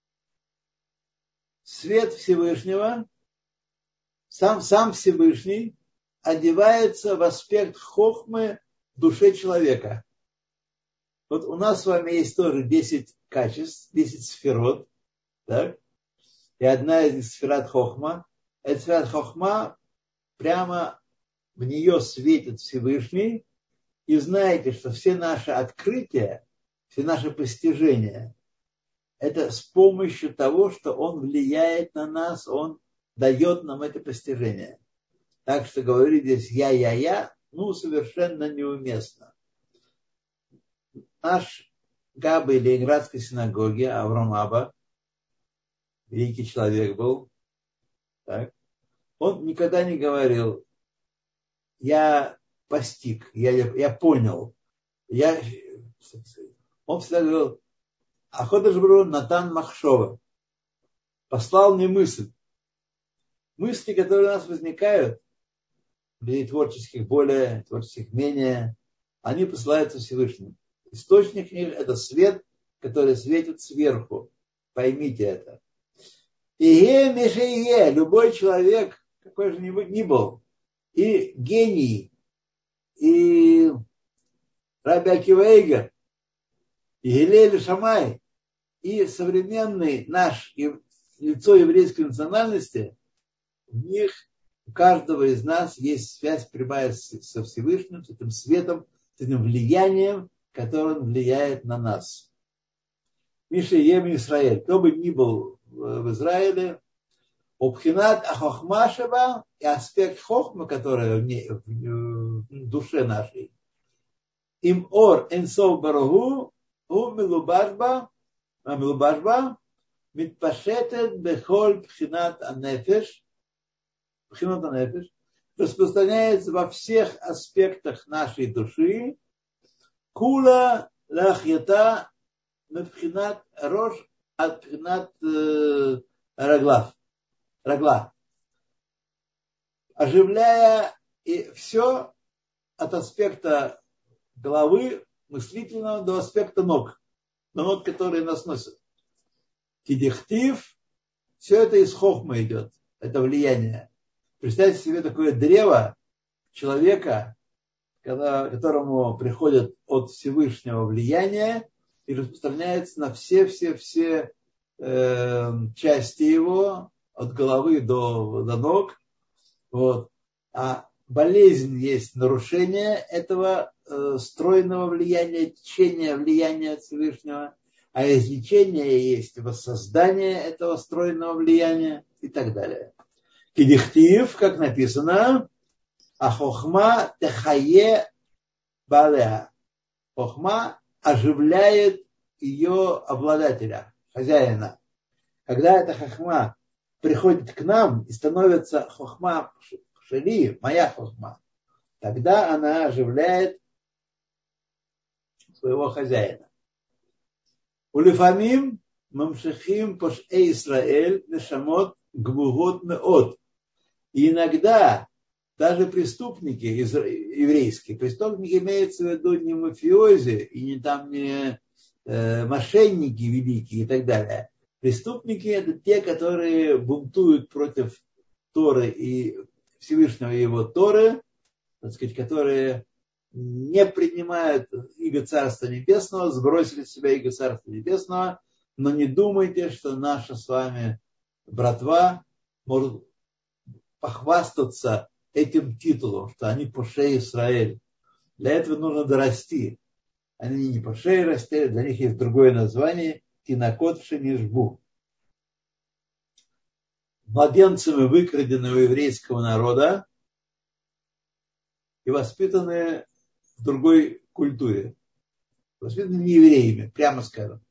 свет Всевышнего, сам Всевышний одевается в аспект хохмы в душе человека. Вот у нас с вами есть тоже 10 качеств, 10 сферот, так? И одна из них сферат хохма. Эта сферат хохма, прямо в нее светит Всевышний. И знаете, что все наши открытия, все наши постижения, это с помощью того, что Он влияет на нас, Он дает нам это постижение. Так что говорить здесь я, совершенно неуместно. Наш Габа Ленинградской синагоги Авраам Аба, великий человек был, так, он никогда не говорил я постиг, я понял. Он всегда говорил, Аходеш Барух Натан Махшова послал мне мысль. Мысли, которые у нас возникают, людей творческих более, творческих менее, они посылаются Всевышним. Источник них – это свет, который светит сверху. Поймите это. Ие Мишие, любой человек, какой же ни был, и гений, и Раби Акива Эйгер, и Гилель Шамай, и современный наш лицо еврейской национальности, в них у каждого из нас есть связь прямая со Всевышним, с этим светом, с этим влиянием, которое он влияет на нас. Миша Ем Исраэль, кто бы ни был в Израиле, обхинат ахохмашева и аспект хохма, который в душе нашей, им ор энсов барагу, у милубашба, митпашетет бехоль пхинат анефеш, распространяется во всех аспектах нашей души, кула лахьята мепхинат рош от пхинат рагла, оживляя и все от аспекта головы мыслительного до аспекта ног, до ног, которые нас носят. Кидихтив, все это из хохмы идет, это влияние. Представьте себе такое древо человека, которому приходит от Всевышнего влияние и распространяется на все части его, от головы до ног. Вот. А болезнь есть нарушение этого стройного влияния, течения влияния от Всевышнего, а излечение есть воссоздание этого стройного влияния и так далее. Кидихтив, как написано, а хохма техае балеа. Хохма оживляет ее обладателя, хозяина. Когда эта хохма приходит к нам и становится хохма шели, моя хохма, тогда она оживляет своего хозяина. Улифамим мамшихим пошей Исраэль нешамот гвугот меот. И иногда даже преступники еврейские, преступники имеются в виду не мафиози и не мошенники великие и так далее. Преступники – это те, которые бунтуют против Торы и Всевышнего и его Торы, так сказать, которые не принимают иго Царства Небесного, сбросили с себя иго Царства Небесного, но не думайте, что наша с вами братва может похвастаться этим титулом, что они пошей Исраэль. Для этого нужно дорасти. Они не пошей растели, для них есть другое название – тинакот шенишбу. Младенцами, выкраденные у еврейского народа и воспитанные в другой культуре. Воспитанные не евреями, прямо скажем.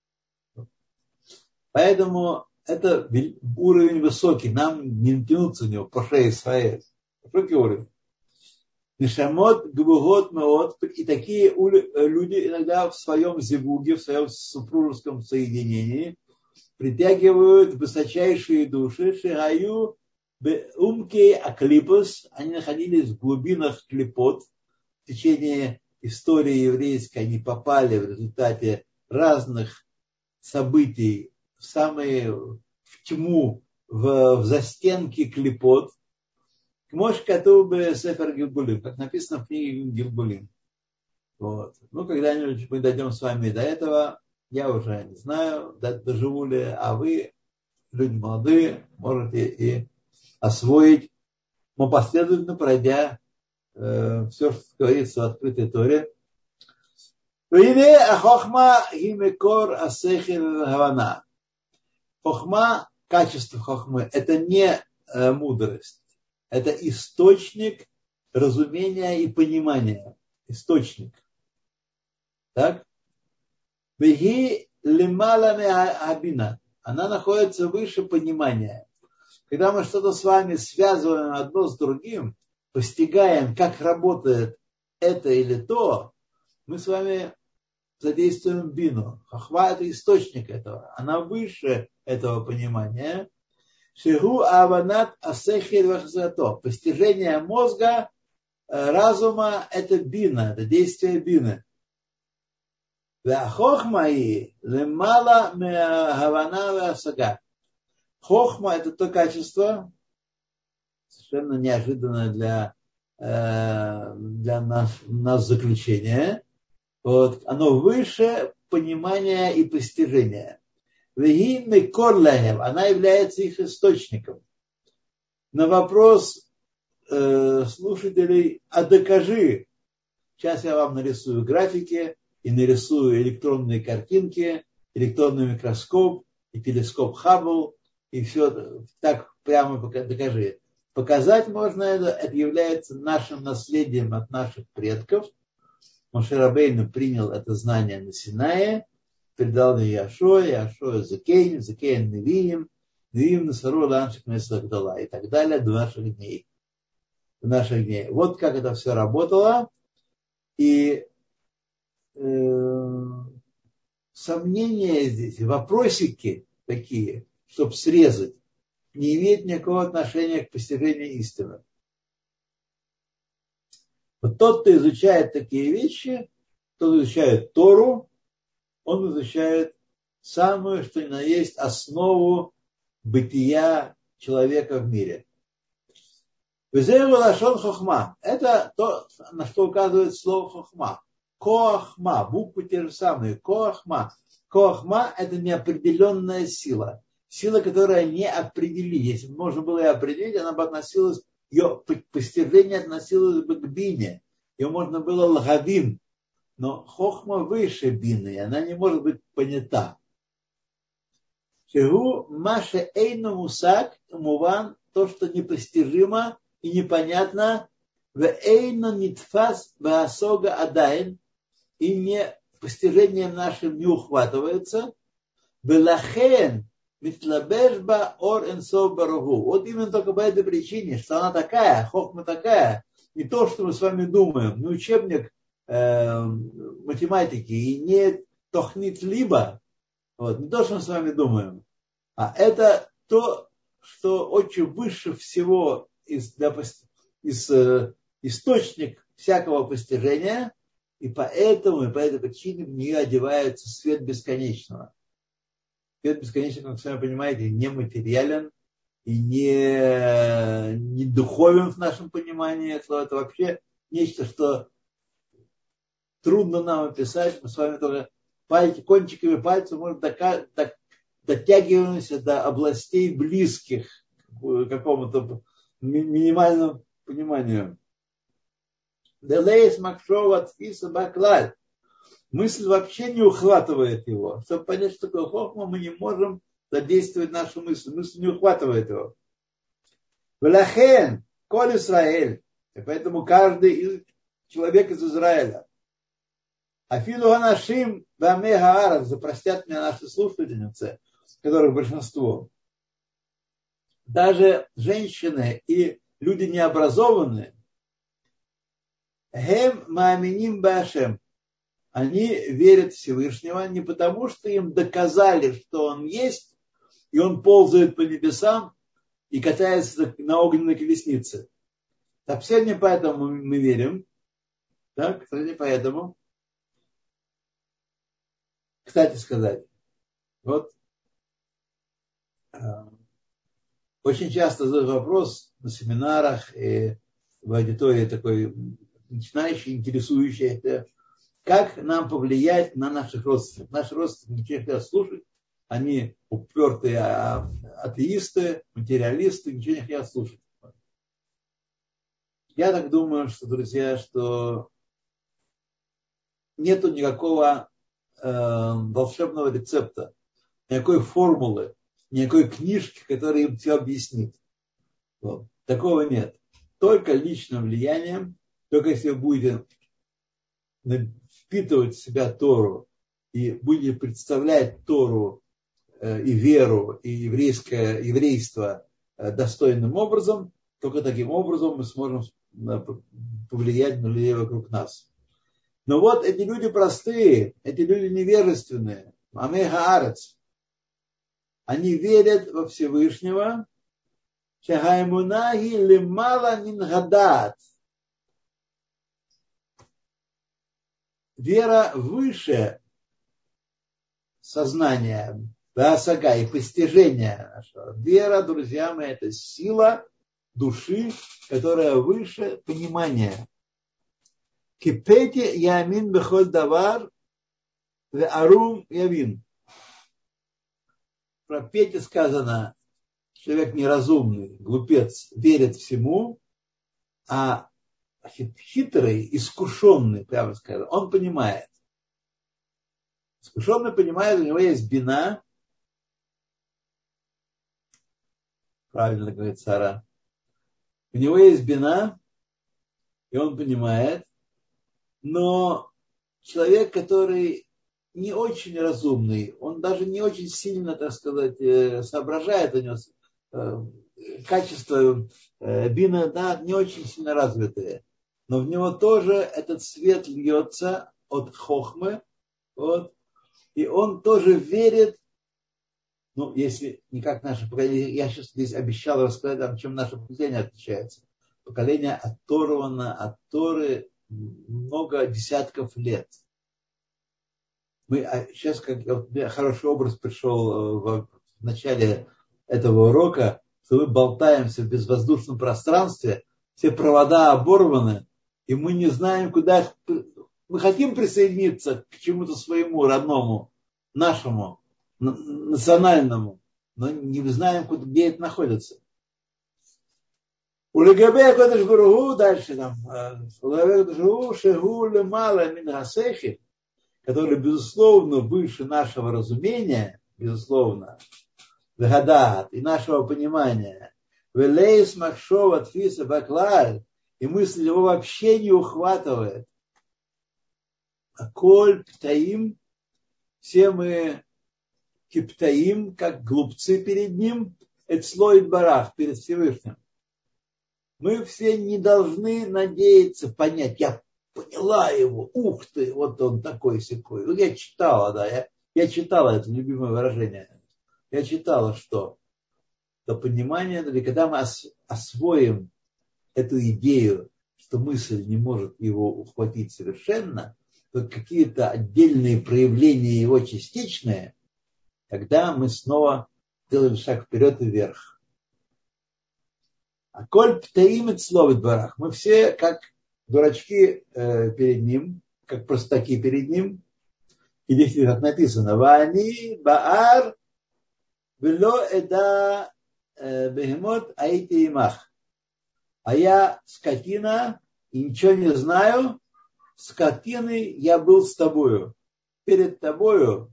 Поэтому это уровень высокий, нам не натянуться в него, пошей Исраэль. Высокий уровень. Нишамот, гвугот, меот. И такие люди иногда в своем зевуге, в своем супружеском соединении притягивают высочайшие души. Шигаю умке аклипос. Они находились в глубинах клипот. В течение истории еврейской они попали в результате разных событий в тьму, в застенки клипот. Мош Катубе Сефер Гилбулим, как написано в книге Гилбулим. Вот. Ну, когда-нибудь мы дойдем с вами до этого, я уже не знаю, доживу ли, а вы, люди молодые, можете и освоить, но последовательно пройдя все, что говорится в открытой Торе. Хохма, качество хохмы, это не мудрость. Это источник разумения и понимания. Источник. Так? Веги лималами абина. Она находится выше понимания. Когда мы что-то с вами связываем одно с другим, постигаем, как работает это или то, мы с вами задействуем бину. Хохма – это источник этого. Она выше этого понимания. Шигу аванат асехель вахзато. Постижение мозга, разума – это бина, это действие бины. Хохма и лемала меавана васага. Хохма – это то качество, совершенно неожиданное для нас заключение. Вот, оно выше понимания и постижения. Вегинный корлахем, она является их источником. На вопрос слушателей, а докажи. Сейчас я вам нарисую графики и нарисую электронные картинки, электронный микроскоп и телескоп Хаббл, и все так прямо докажи. Показать можно это является нашим наследием от наших предков. Моше Рабейну принял это знание на Синае, передал на Яшуа Закейн Невиим, Невиим Насару Ланшик Месагдала и так далее до наших дней. Вот как это все работало. И сомнения здесь, вопросики такие, чтобы срезать, не имеют никакого отношения к постижению истины. Вот тот, кто изучает такие вещи, тот изучает Тору, он изучает самую, что ни на есть, основу бытия человека в мире. Это то, на что указывает слово хохма. Коахма, буквы те же самые. Коахма. Коахма – это неопределенная сила. Сила, которая не определить. Если бы можно было ее определить, она бы относилась, ее постижение относилось бы к бине. Ее можно было лагавим. Но хохма выше бины, и она не может быть понята. Шегу маше эйну мусак муван, то, что непостижимо и непонятно, в эйну нитфас баасога адайн, и не постижением нашим не ухватывается, белахен митлабешба ор энсов баругу. Вот именно только по этой причине, что она такая, хохма такая, не то, что мы с вами думаем, не учебник математики и не тохнит либо, вот, не то, что мы с вами думаем, а это то, что очень выше всего источник всякого постижения, и поэтому, и по этой причине в нее одевается свет бесконечного. Свет бесконечного, как вы сами понимаете, не материален и не духовен в нашем понимании слова. Это вообще нечто, что трудно нам описать. Мы с вами только кончиками пальцев можем дотягиваемся до областей близких к какому-то минимальному пониманию. Мысль вообще не ухватывает его. Чтобы понять, что такое хохма, мы не можем задействовать нашу мысль. Мысль не ухватывает его. Валахен, коль Исраэль. И поэтому каждый человек из Израиля. Афилу анашим баме гаарат, запростят меня наши слушательницы, которых большинство. Даже женщины и люди необразованные, хем мааминим башем, они верят в Всевышнего не потому, что им доказали, что он есть, и он ползает по небесам и катается на огненной колеснице. Совсем не поэтому мы верим. Так, совсем не поэтому. Кстати сказать, вот очень часто задают вопрос на семинарах и в аудитории такой начинающий, интересующий, как нам повлиять на наших родственников. Наши родственники ничего не хотят слушать, они упертые атеисты, материалисты, ничего не хотят слушать. Я так думаю, что, друзья, что нету никакого волшебного рецепта, никакой формулы, никакой книжки, которая им все объяснит. Вот. Такого нет. Только личным влиянием, только если вы будете впитывать в себя Тору и будете представлять Тору и веру, и еврейство достойным образом, Только таким образом мы сможем повлиять на людей вокруг нас. Но вот эти люди простые, эти люди невежественные, Амей Хаарец, они верят во Всевышнего, Шахаймунаги лимала мингадат. Вера выше сознания, басага и постижения нашего. Вера, друзья мои, это сила души, которая выше понимания. Кипети ямин бехоль давар ве арум явин. Про Пете сказано, человек неразумный, глупец, верит всему, а хитрый, искушенный, прямо скажем, он понимает. Искушенный понимает, у него есть бина, правильно говорит Сара, у него есть бина, и он понимает, но человек, который не очень разумный, он даже не очень сильно, так сказать, соображает, у него качество бина, да, не очень сильно развитые, но в него тоже этот свет льется от хохмы, вот, и он тоже верит, ну, если не как наше поколение, я сейчас здесь обещал рассказать, чем наше поколение отличается. Поколение оторвано от Торы много десятков лет. Мы сейчас, как хороший образ пришел в начале этого урока, что мы болтаемся в безвоздушном пространстве, все провода оборваны, и мы не знаем, куда. Мы хотим присоединиться к чему-то своему, родному, нашему, национальному, но не знаем, где это находится. У Легабе Кодеш Баруху, дальше там, Шегу Лемала Мингасехи, который, безусловно, выше нашего разумения, безусловно, Вегадат и нашего понимания, Велейс Махшова Тфиса Баклаль, и мысль его вообще не ухватывает. А коль птаим, все мы киптаим, как глупцы перед ним, эцлоид барах, перед Всевышним. Мы все не должны надеяться понять, я поняла его, ух ты, вот он такой-сякой. Вот я читала, да, я читала это любимое выражение. Я читала, что до понимания, когда мы освоим эту идею, что мысль не может его ухватить совершенно, то какие-то отдельные проявления его частичные, тогда мы снова делаем шаг вперед и вверх. А коль птаим и словит барах, мы все как дурачки перед ним, как простаки перед ним. И здесь как написано, вани баар вело эда бегемот аити имах. А я скотина и ничего не знаю, скотиной я был с тобою. Перед тобою,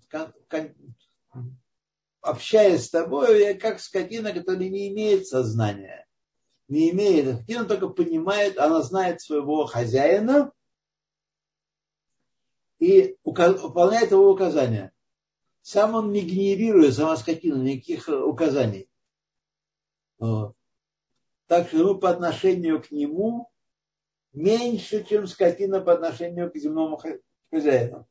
общаясь с тобою, я как скотина, которая не имеет сознания. Не имеет. Скотина только понимает, она знает своего хозяина и выполняет его указания. Сам он не генерирует, сама скотина, никаких указаний. Вот. Так что мы по отношению к нему меньше, чем скотина по отношению к земному хозяину.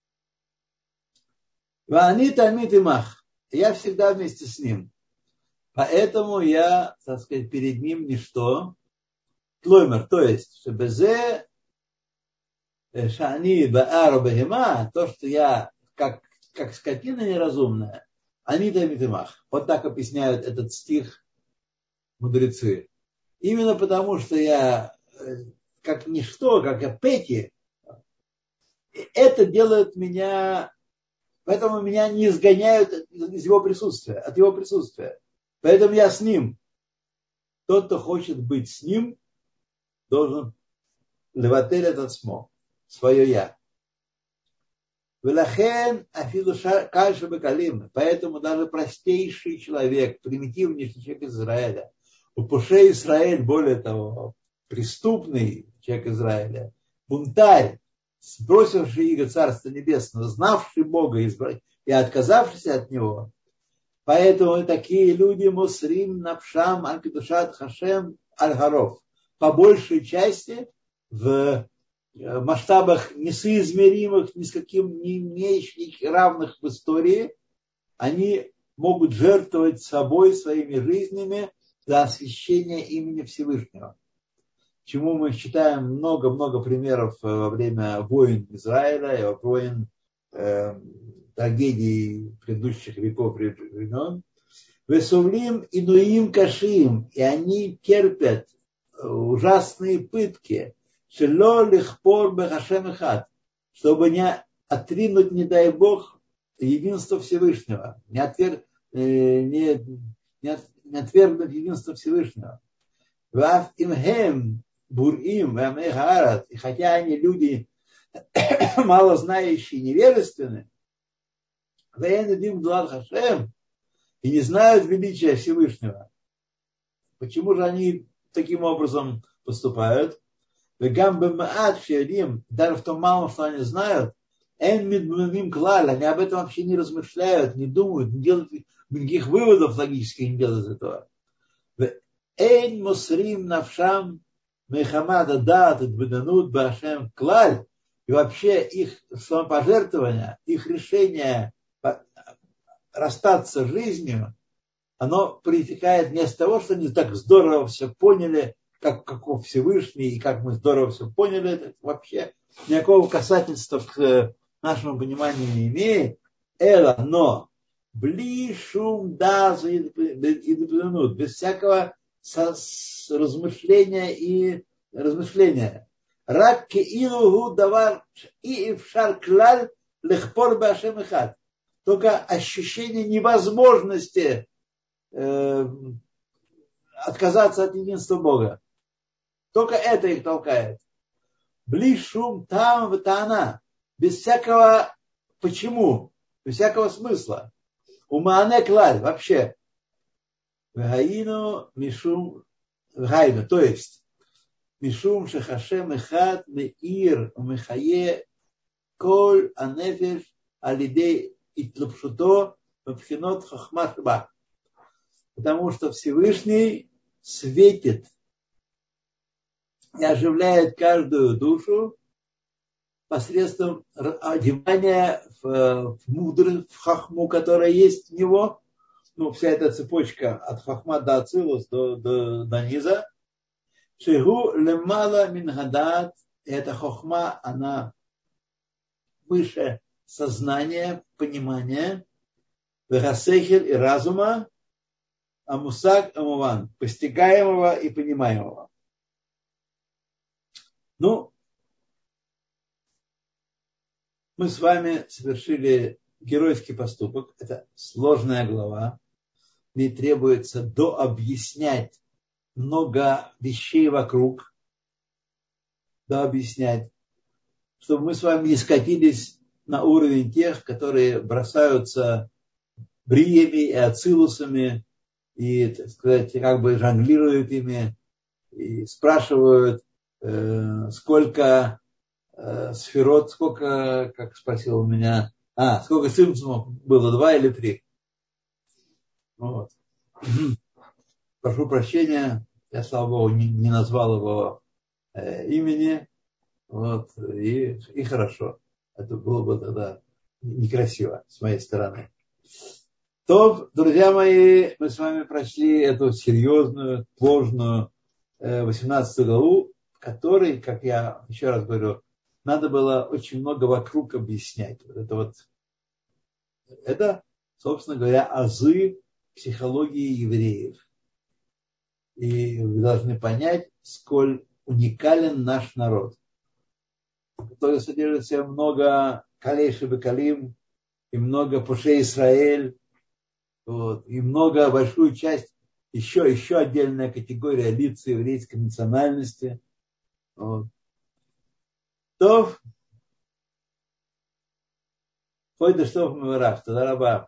Вани тамид имах. Я всегда вместе с ним. Поэтому я, так сказать, перед ним ничто. Тлоймер, то есть, шебезе шани баару бехема, то, что я как скотина неразумная, они тамид имах. Вот так объясняют этот стих мудрецы. Именно потому, что я как ничто, как я Пети, это делает меня, поэтому меня не изгоняют из его присутствия, от его присутствия. Поэтому я с ним. Тот, кто хочет быть с ним, должен леватель этот смо, свое я. Поэтому даже простейший человек, примитивнейший человек Израиля, Упуше Израиль, более того, преступный человек Израиля, бунтарь, сбросивший иго Царства Небесного, знавший Бога и отказавшийся от Него. Поэтому такие люди мусрим навшам аль-кедушат хашем аль-Гаров. По большей части в масштабах несоизмеримых, ни с каким не имеющих равных в истории, они могут жертвовать собой, своими жизнями за освящение имени Всевышнего. Чему мы читаем много-много примеров во время войн Израиля, войн трагедий предыдущих веков времен. Весувлим инуим кашим, и они терпят ужасные пытки, шело лихпор бехашем эхад, чтобы не отринуть, не дай Бог, единство Всевышнего, не отвергнуть единство Всевышнего. Ваф имхем бурим вамехарат, и хотя они люди мало знающие, невежественные, ваенедим дуат хашем, и не знают величия Всевышнего. Почему же они таким образом поступают? Даже в том малом, что они знают, они об этом вообще не размышляют, не думают, не делают никаких выводов логических, не делают из этого. И вообще их самопожертвование, их решение расстаться с жизнью, оно проистекает не с того, что они так здорово все поняли, каков Всевышний, и как мы здорово все поняли, это вообще никакого касательства к нашему пониманию не имеет. Но блишум дазу и без всякого размышления и размышления. Рак илугу давар и вшар клаль лехпор башем эхад. Только ощущение невозможности отказаться от единства Бога. Только это их толкает. Блишум там ватана. Без всякого почему, без всякого смысла. Умаане клаль вообще. Вгаину мишум вгайну. То есть мишум шехашем эхад меир умехае коль анефеш алидей итлупшуто вабхинот хахма шба. Потому что Всевышний светит и оживляет каждую душу посредством одевания в мудрость, в хахму, которая есть в него. Ну, вся эта цепочка от хахма до ацилус до низа. Шигу лемала мингадат. Эта хахма, она выше сознания, понимания, вегасехер и разума, амусак амуван, постигаемого и понимаемого. Ну, мы с вами совершили геройский поступок. Это сложная глава. Мне требуется дообъяснять много вещей вокруг. Дообъяснять, чтобы мы с вами не скатились на уровень тех, которые бросаются бриями и ацилусами и, так сказать, как бы жонглируют ими и спрашивают, сколько сферот, сколько, как спросил у меня, сколько цимцумов было, 2 или 3. Вот. Прошу прощения, я, слава Богу, не назвал его имени, вот, и хорошо. Это было бы тогда некрасиво с моей стороны. То, друзья мои, мы с вами прочли эту серьезную, сложную 18 главу, в которой, как я еще раз говорю, надо было очень много вокруг объяснять. Это, собственно говоря, азы психологии евреев. И вы должны понять, сколь уникален наш народ, который содержит в себе много калей шебекалим, и много пушей Исраэль, вот, и много, большую часть, еще отдельная категория лиц еврейской национальности. Вот. То, Хойда Штоф Маварах, Тадараба.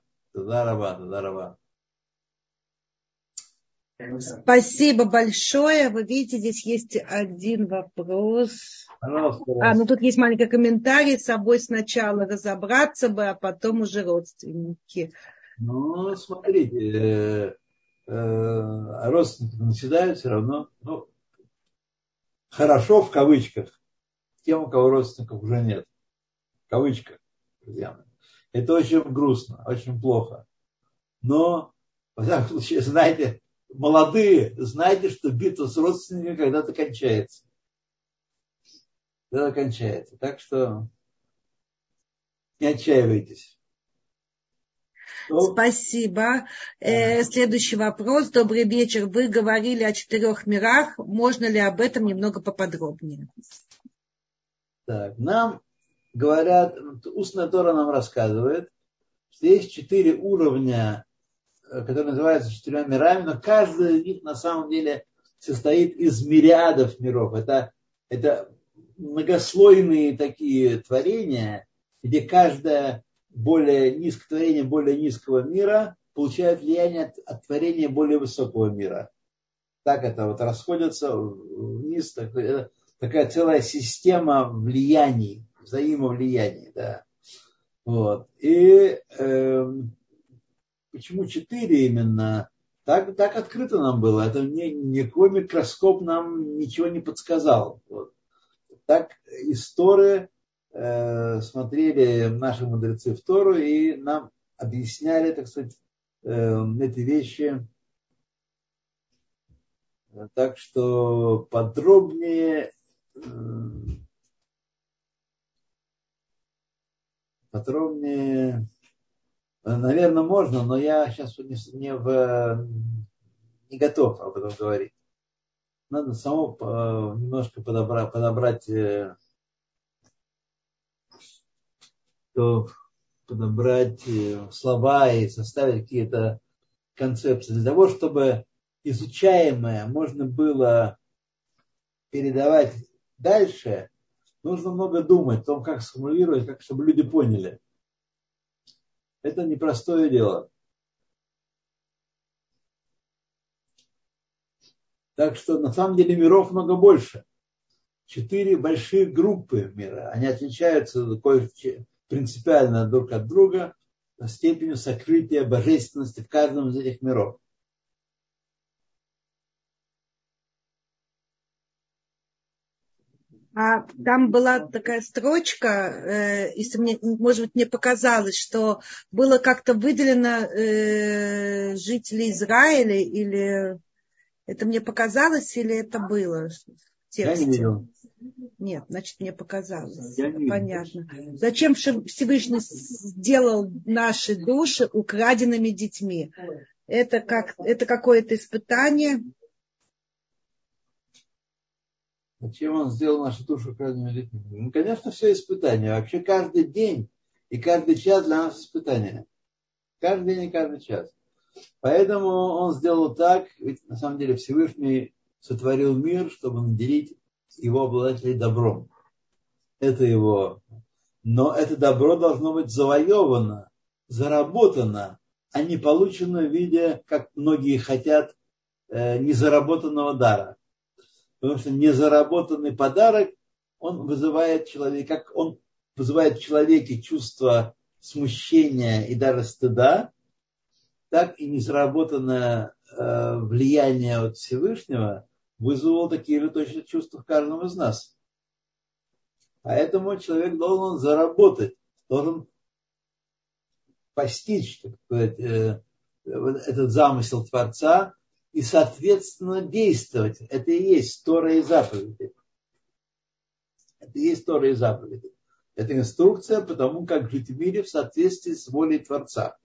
Спасибо большое. Вы видите, здесь есть один вопрос. Ну тут есть маленький комментарий. С собой сначала разобраться бы, а потом уже родственники. Ну, смотрите, родственники наседают, все равно, ну, хорошо в кавычках тем, у кого родственников уже нет. В кавычках, друзья мои. Это очень грустно, очень плохо. Но, во всяком случае, знаете, молодые, знайте, что битва с родственниками когда-то кончается. Когда-то кончается. Так что не отчаивайтесь. Спасибо. Следующий вопрос. Добрый вечер. Вы говорили о 4 мирах. Можно ли об этом немного поподробнее? Так, нам говорят, устная Тора нам рассказывает, что есть 4 уровня, которые называются 4 мирами, но каждый из них на самом деле состоит из мириадов миров. Это многослойные такие творения, где каждое творение более низкого мира получает влияние от творения более высокого мира. Так это вот расходятся вниз. Это такая целая система влияний, взаимовлияний. Да. Вот. И почему 4 именно? Так открыто нам было. Это никакой микроскоп нам ничего не подсказал. Вот. Так из Торы смотрели наши мудрецы в Тору и нам объясняли, так сказать, эти вещи. Так что подробнее, наверное, можно, но я сейчас не готов об этом говорить. Надо самому немножко подобрать слова и составить какие-то концепции для того, чтобы изучаемое можно было передавать дальше. Нужно много думать о том, как сформулировать, чтобы люди поняли. Это непростое дело. Так что на самом деле миров много больше. 4 большие группы мира. Они отличаются принципиально друг от друга степенью сокрытия божественности в каждом из этих миров. А там была такая строчка, если мне, может быть, мне показалось, что было как-то выделено жители Израиля, или это мне показалось, или это было в тексте? Я не видел. Нет, значит, мне показалось. Понятно. Зачем Всевышний сделал наши души украденными детьми? Это какое-то испытание? Зачем он сделал нашу душу украденными детьми? Ну, конечно, все испытания. Вообще каждый день и каждый час для нас испытания. Каждый день и каждый час. Поэтому он сделал так, ведь на самом деле Всевышний сотворил мир, чтобы наделить его обладателей добром. Это его. Но это добро должно быть завоевано, заработано, а не получено в виде, как многие хотят, незаработанного дара. Потому что незаработанный подарок, он вызывает в человеке чувство смущения и даже стыда, так и незаработанное влияние от Всевышнего вызвало такие же точно чувства в каждом из нас. Поэтому человек должен заработать, должен постичь, так сказать, этот замысел Творца и, соответственно, действовать. Это и есть Тора и заповеди. Это и есть Тора и заповеди. Это инструкция по тому, как жить в мире в соответствии с волей Творца.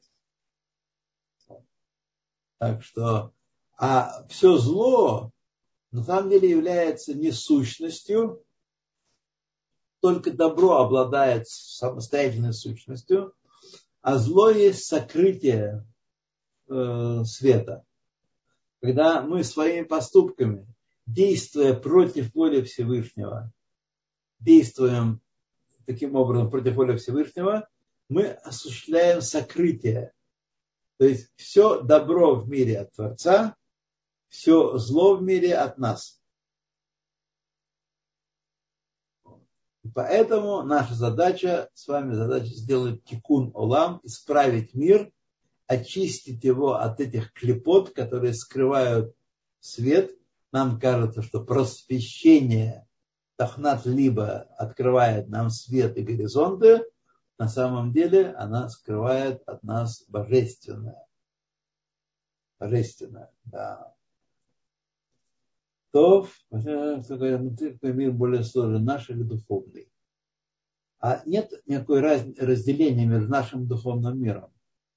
Так что, а все зло на самом деле является не сущностью, только добро обладает самостоятельной сущностью, а зло есть сокрытие света. Когда мы своими поступками, действуя против воли Всевышнего, действуем таким образом против воли Всевышнего, мы осуществляем сокрытие. То есть все добро в мире от Творца, все зло в мире от нас. И поэтому наша задача, с вами задача сделать тикун олам, исправить мир, очистить его от этих клепот, которые скрывают свет. Нам кажется, что просвещение Тахнат Либа открывает нам свет и горизонты. На самом деле она скрывает от нас божественное. Божественное, да. То, какой мир более сложный, наш или духовный. А нет никакой разделения между нашим и духовным миром.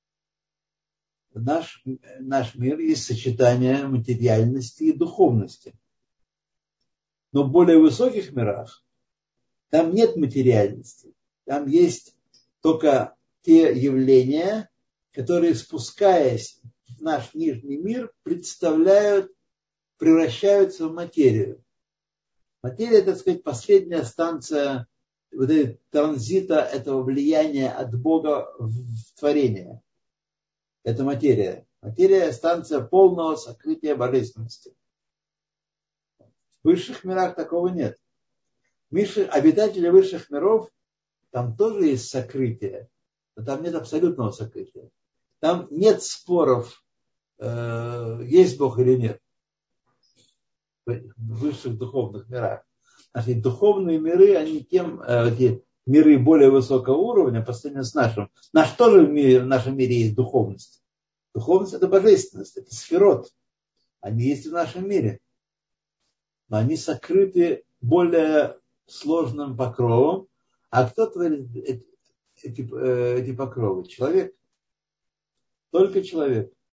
Наш мир есть сочетание материальности и духовности. Но в более высоких мирах там нет материальности. Там есть только те явления, которые, спускаясь в наш нижний мир, превращаются в материю. Материя, так сказать, последняя станция вот этого транзита, этого влияния от Бога в творение. Это материя. Материя – станция полного сокрытия божественности. В высших мирах такого нет. Обитатели высших миров, там тоже есть сокрытие, но там нет абсолютного сокрытия. Там нет споров, есть Бог или нет в высших духовных мирах. Наши духовные миры, они эти миры более высокого уровня по сравнению с нашим. Тоже в нашем мире есть духовность. Духовность – это божественность, это сферот. Они есть в нашем мире. Но они сокрыты более сложным покровом. А кто творит эти покровы? Человек. Только человек.